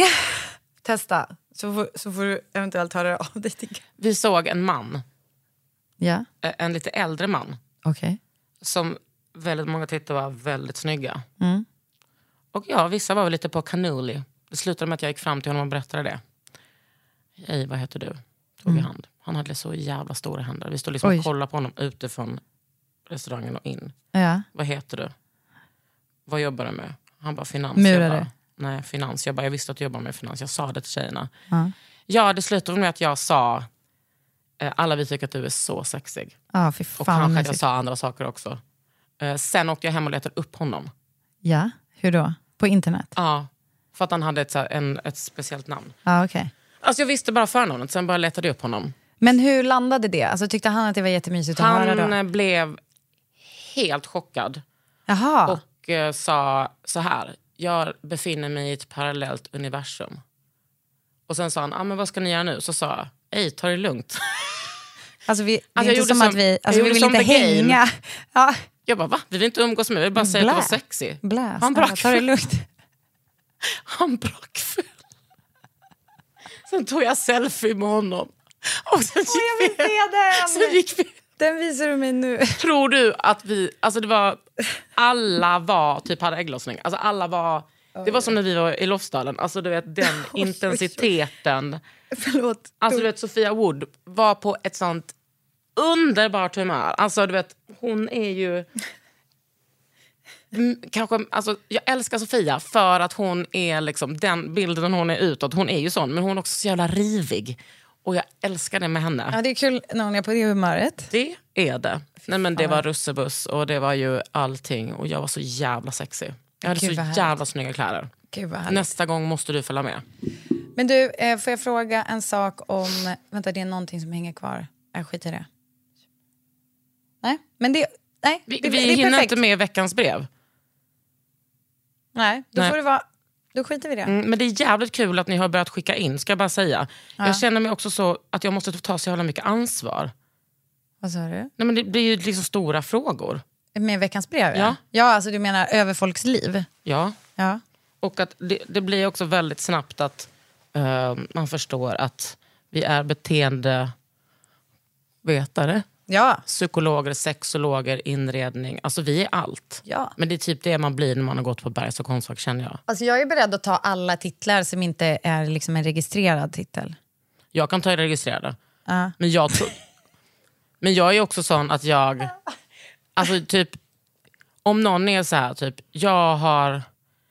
Testa, så får, så får du eventuellt höra av dig. Vi såg en man. Ja. En lite äldre man. Okej. Okay. Som väldigt många tittare var väldigt snygga. Mm. Och ja, vissa var väl lite på kanuli. Det slutade med att jag gick fram till honom och berättade det. Hej, vad heter du? Tog Mm. i hand. Han hade så jävla stora händer. Vi stod liksom Oj. och kollade på honom utifrån restaurangen och in. Ja. Vad heter du? Vad jobbar du med? Han bara, finans. Murare. Jag bara, nej, finans. Jag bara, jag visste att du jobbar med finans. Jag sa det till tjejerna. Ja. Ja, det slutade med att jag sa, eh, alla vi tycker att du är så sexig. Ja, fy Och fan. kanske att jag mysigt. sa andra saker också. Eh, sen åkte jag hem och letade upp honom. Ja, hur då? På internet? Ja, för att han hade ett, så här, en, ett speciellt namn. Ja, okej. Alltså jag visste bara förnamnet, sen bara letade jag upp honom. Men hur landade det? Alltså, tyckte han att det var jättemysigt att Han höra då? eh, blev helt chockad. Jaha. Och eh, sa så här, jag befinner mig i ett parallellt universum. Och sen sa han, ah, men vad ska ni göra nu? Så sa jag, ej, ta det lugnt. Alltså, vi, det är Alltså, jag inte gjorde som, som- att vi, jag alltså, vi gjorde vill som inte The Game. hänga. Ja. Jag bara, va? Vi vill inte umgås med, vi vill bara säga att det var Blä. sexy. Blä, Han snälla, brak ta det full. lugnt. Han brak full. Sen tog jag selfie med honom. Och sen gick jag vill vi. se den! Sen gick vi. Den visar du mig nu. Tror du att vi, alltså det var, alla var, typ hade ägglossning. Alltså alla var, det var som när vi var i Lofsdalen. Alltså du vet, den intensiteten. Förlåt. Alltså du vet, Sofia Wood var på ett sånt underbart humör. Alltså du vet, hon är ju... Mm, kanske, alltså, jag älskar Sofia för att hon är liksom den bilden hon är utåt. Hon är ju sån, men hon är också så jävla rivig. Och jag älskar det med henne. Ja, det är kul när hon är på det humöret. Det är det. Nej, men det var russebuss och det var ju allting. Och jag var så jävla sexig. Jag hade Gud, så vad härligt. jävla snygga kläder. Gud, vad härligt. Nästa gång måste du följa med. Men du, eh, får jag fråga en sak om... Vänta, det är någonting som hänger kvar. Jag skiter i det. Nej, men det... Nej, Vi, det, vi det är hinner perfekt. inte med veckans brev. Nej, då Nej. får det vara... Då skiter vi i det. Mm, men det är jävligt kul att ni har börjat skicka in, ska jag bara säga. Jag känner mig också så att jag måste ta så jävla mycket ansvar. Vad sa du? Nej, men det blir ju liksom stora frågor. Med veckans brev? Ja. Ja, alltså du menar över folks liv? Ja. Ja. Och att det, det blir också väldigt snabbt att eh, man förstår att vi är beteendevetare. Ja. Psykologer, sexologer, inredning. Alltså vi är allt. Ja. Men det är typ det man blir när man har gått på Bergs och Konstfack, känner jag. Alltså jag är beredd att ta alla titlar som inte är liksom en registrerad titel. Jag kan ta det registrerade. Ja. Men jag tror... Men jag är också sån att jag... Alltså typ... Om någon är så här, typ... Jag har...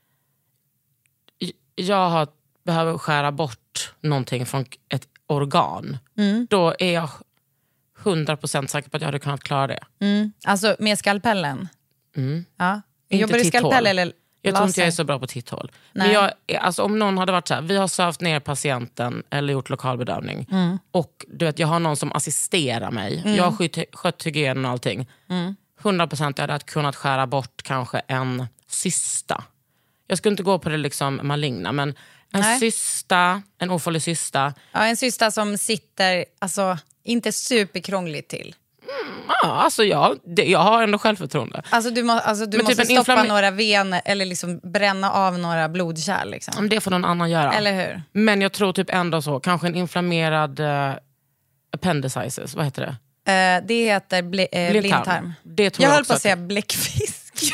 Jag har, behöver skära bort någonting från ett organ. Mm. Då är jag hundra procent säker på att jag hade kunnat klara det. Mm. Alltså med skalpellen? Mm. Ja. Inte Jobbar du titthål. skalpell eller Jag tror inte jag är laser? så bra på titthål. Nej. Men jag, är- alltså, om någon hade varit så här, vi har sövt ner patienten eller gjort lokalbedövning. Mm. Och du vet, jag har någon som assisterar mig. Mm. Jag har skött, skött hygien och allting. Mm. hundra procent jag hade kunnat skära bort kanske en cysta. Jag skulle inte gå på det liksom maligna, men en Nej. cysta, en ofarlig cysta. Ja, en syster som sitter, alltså inte superkrångligt till. Ja, alltså jag, det, jag har ändå självförtroende. Alltså du, må, alltså, du Men typ måste en stoppa inflamma- några vener eller liksom bränna av några blodkärl. Liksom. Om det får någon annan göra. Eller hur? Men jag tror typ ändå så, kanske en inflammerad uh, appendicitis, vad heter det? Eh, det heter ble, eh, Blindtarm. blindtarm. Det tror jag jag höll också på att att- säga bläckfisk.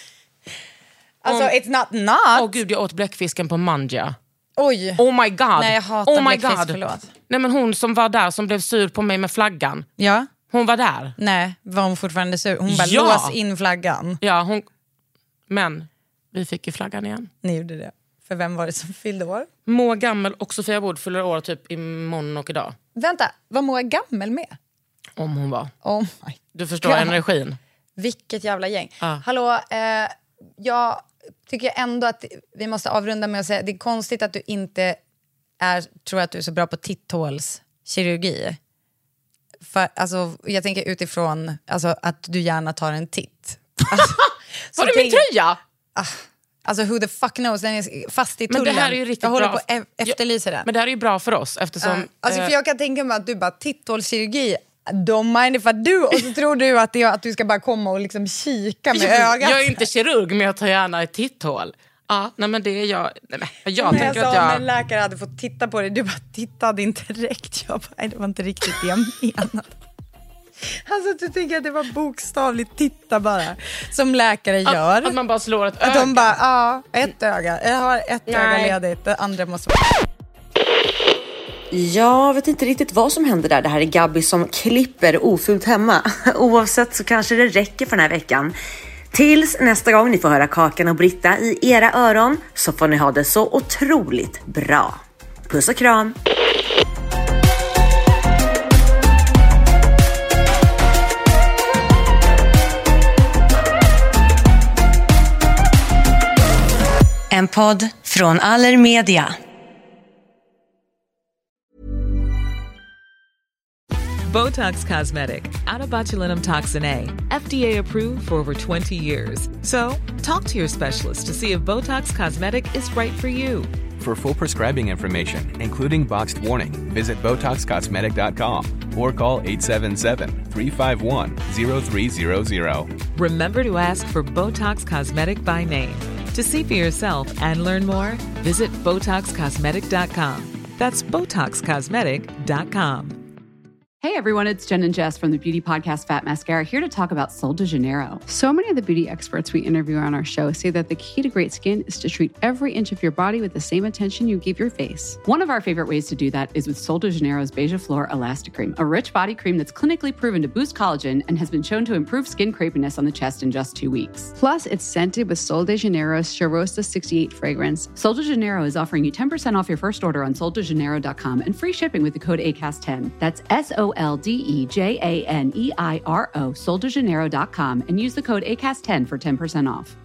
Alltså Om- it's not not. Åh gud, jag åt bläckfisken på Mangia. Oj. Oh my god. Nej, jag hatar oh my bläckfisk, god. förlåt. Nej, men hon som var där som blev sur på mig med flaggan. Ja. Hon var där. Nej, var hon fortfarande sur? Hon bara, Ja. lås in flaggan. Ja, hon... Men vi fick ju flaggan igen. Ni gjorde det. För vem var det som fyllde år? Moa Gammel och Sofia Wood fyller år typ imorgon och idag. Vänta, var Moa Gammel med? Om hon var. Oh my. Du förstår God. energin. Vilket jävla gäng. Ah. Hallå, eh, jag tycker ändå att vi måste avrunda med att säga det är konstigt att du inte är, tror att du är så bra på titthålskirurgi. För, alltså, jag tänker utifrån alltså, att du gärna tar en titt. Alltså, så Var det min tänk- tröja? Alltså who the fuck knows, den är fast i Men tullen. det här är ju riktigt jag håller bra. på att e- efterlysa den. Men det här är ju bra för oss eftersom... Ja. Alltså, eh, för jag kan tänka mig att du bara titthålskirurgi, don't mind if I do. Och så tror du att, det är, att du ska bara komma och liksom kika med jag, ögat. jag är inte kirurg, men jag tar gärna ett titthål. Ja, nej men det är jag... Nej, men jag Men tänker jag att sa om jag... en läkare hade fått titta på det, du bara tittade inte direkt. Jag bara, nej, det var inte riktigt det jag menade. Alltså du tänker att det var bokstavligt titta bara. Som läkare gör. Att, att man bara slår ett öga. Att de bara, ja, ett öga. Jag har ett Nej. öga ledigt, det andra måste vara... Jag vet inte riktigt vad som händer där. Det här är Gabby som klipper ofult hemma. Oavsett så kanske det räcker för den här veckan. Tills nästa gång ni får höra Kakan och Britta i era öron så får ni ha det så otroligt bra. Puss och kram! En podd från Allermedia. Botox Cosmetic, out of botulinum toxin A, F D A approved for over twenty years. So, talk to your specialist to see if Botox Cosmetic is right for you. For full prescribing information, including boxed warning, visit Botox Cosmetic dot com or call eight seven seven, three five one, zero three zero zero. Remember to ask for Botox Cosmetic by name. To see for yourself and learn more, visit Botox Cosmetic dot com. That's Botox Cosmetic dot com. Hey everyone, it's Jen and Jess from the beauty podcast Fat Mascara here to talk about Sol de Janeiro. So many of the beauty experts we interview on our show say that the key to great skin is to treat every inch of your body with the same attention you give your face. One of our favorite ways to do that is with Sol de Janeiro's Beija Flor Elastic Cream, a rich body cream that's clinically proven to boost collagen and has been shown to improve skin crepiness on the chest in just two weeks. Plus, it's scented with Sol de Janeiro's Charosta sixty-eight fragrance. Sol de Janeiro is offering you ten percent off your first order on sol de janeiro dot com and free shipping with the code A C A S T ten. That's S O L D E J A N E I R O, sol de janeiro dot com, and use the code A C A S ten for ten percent off.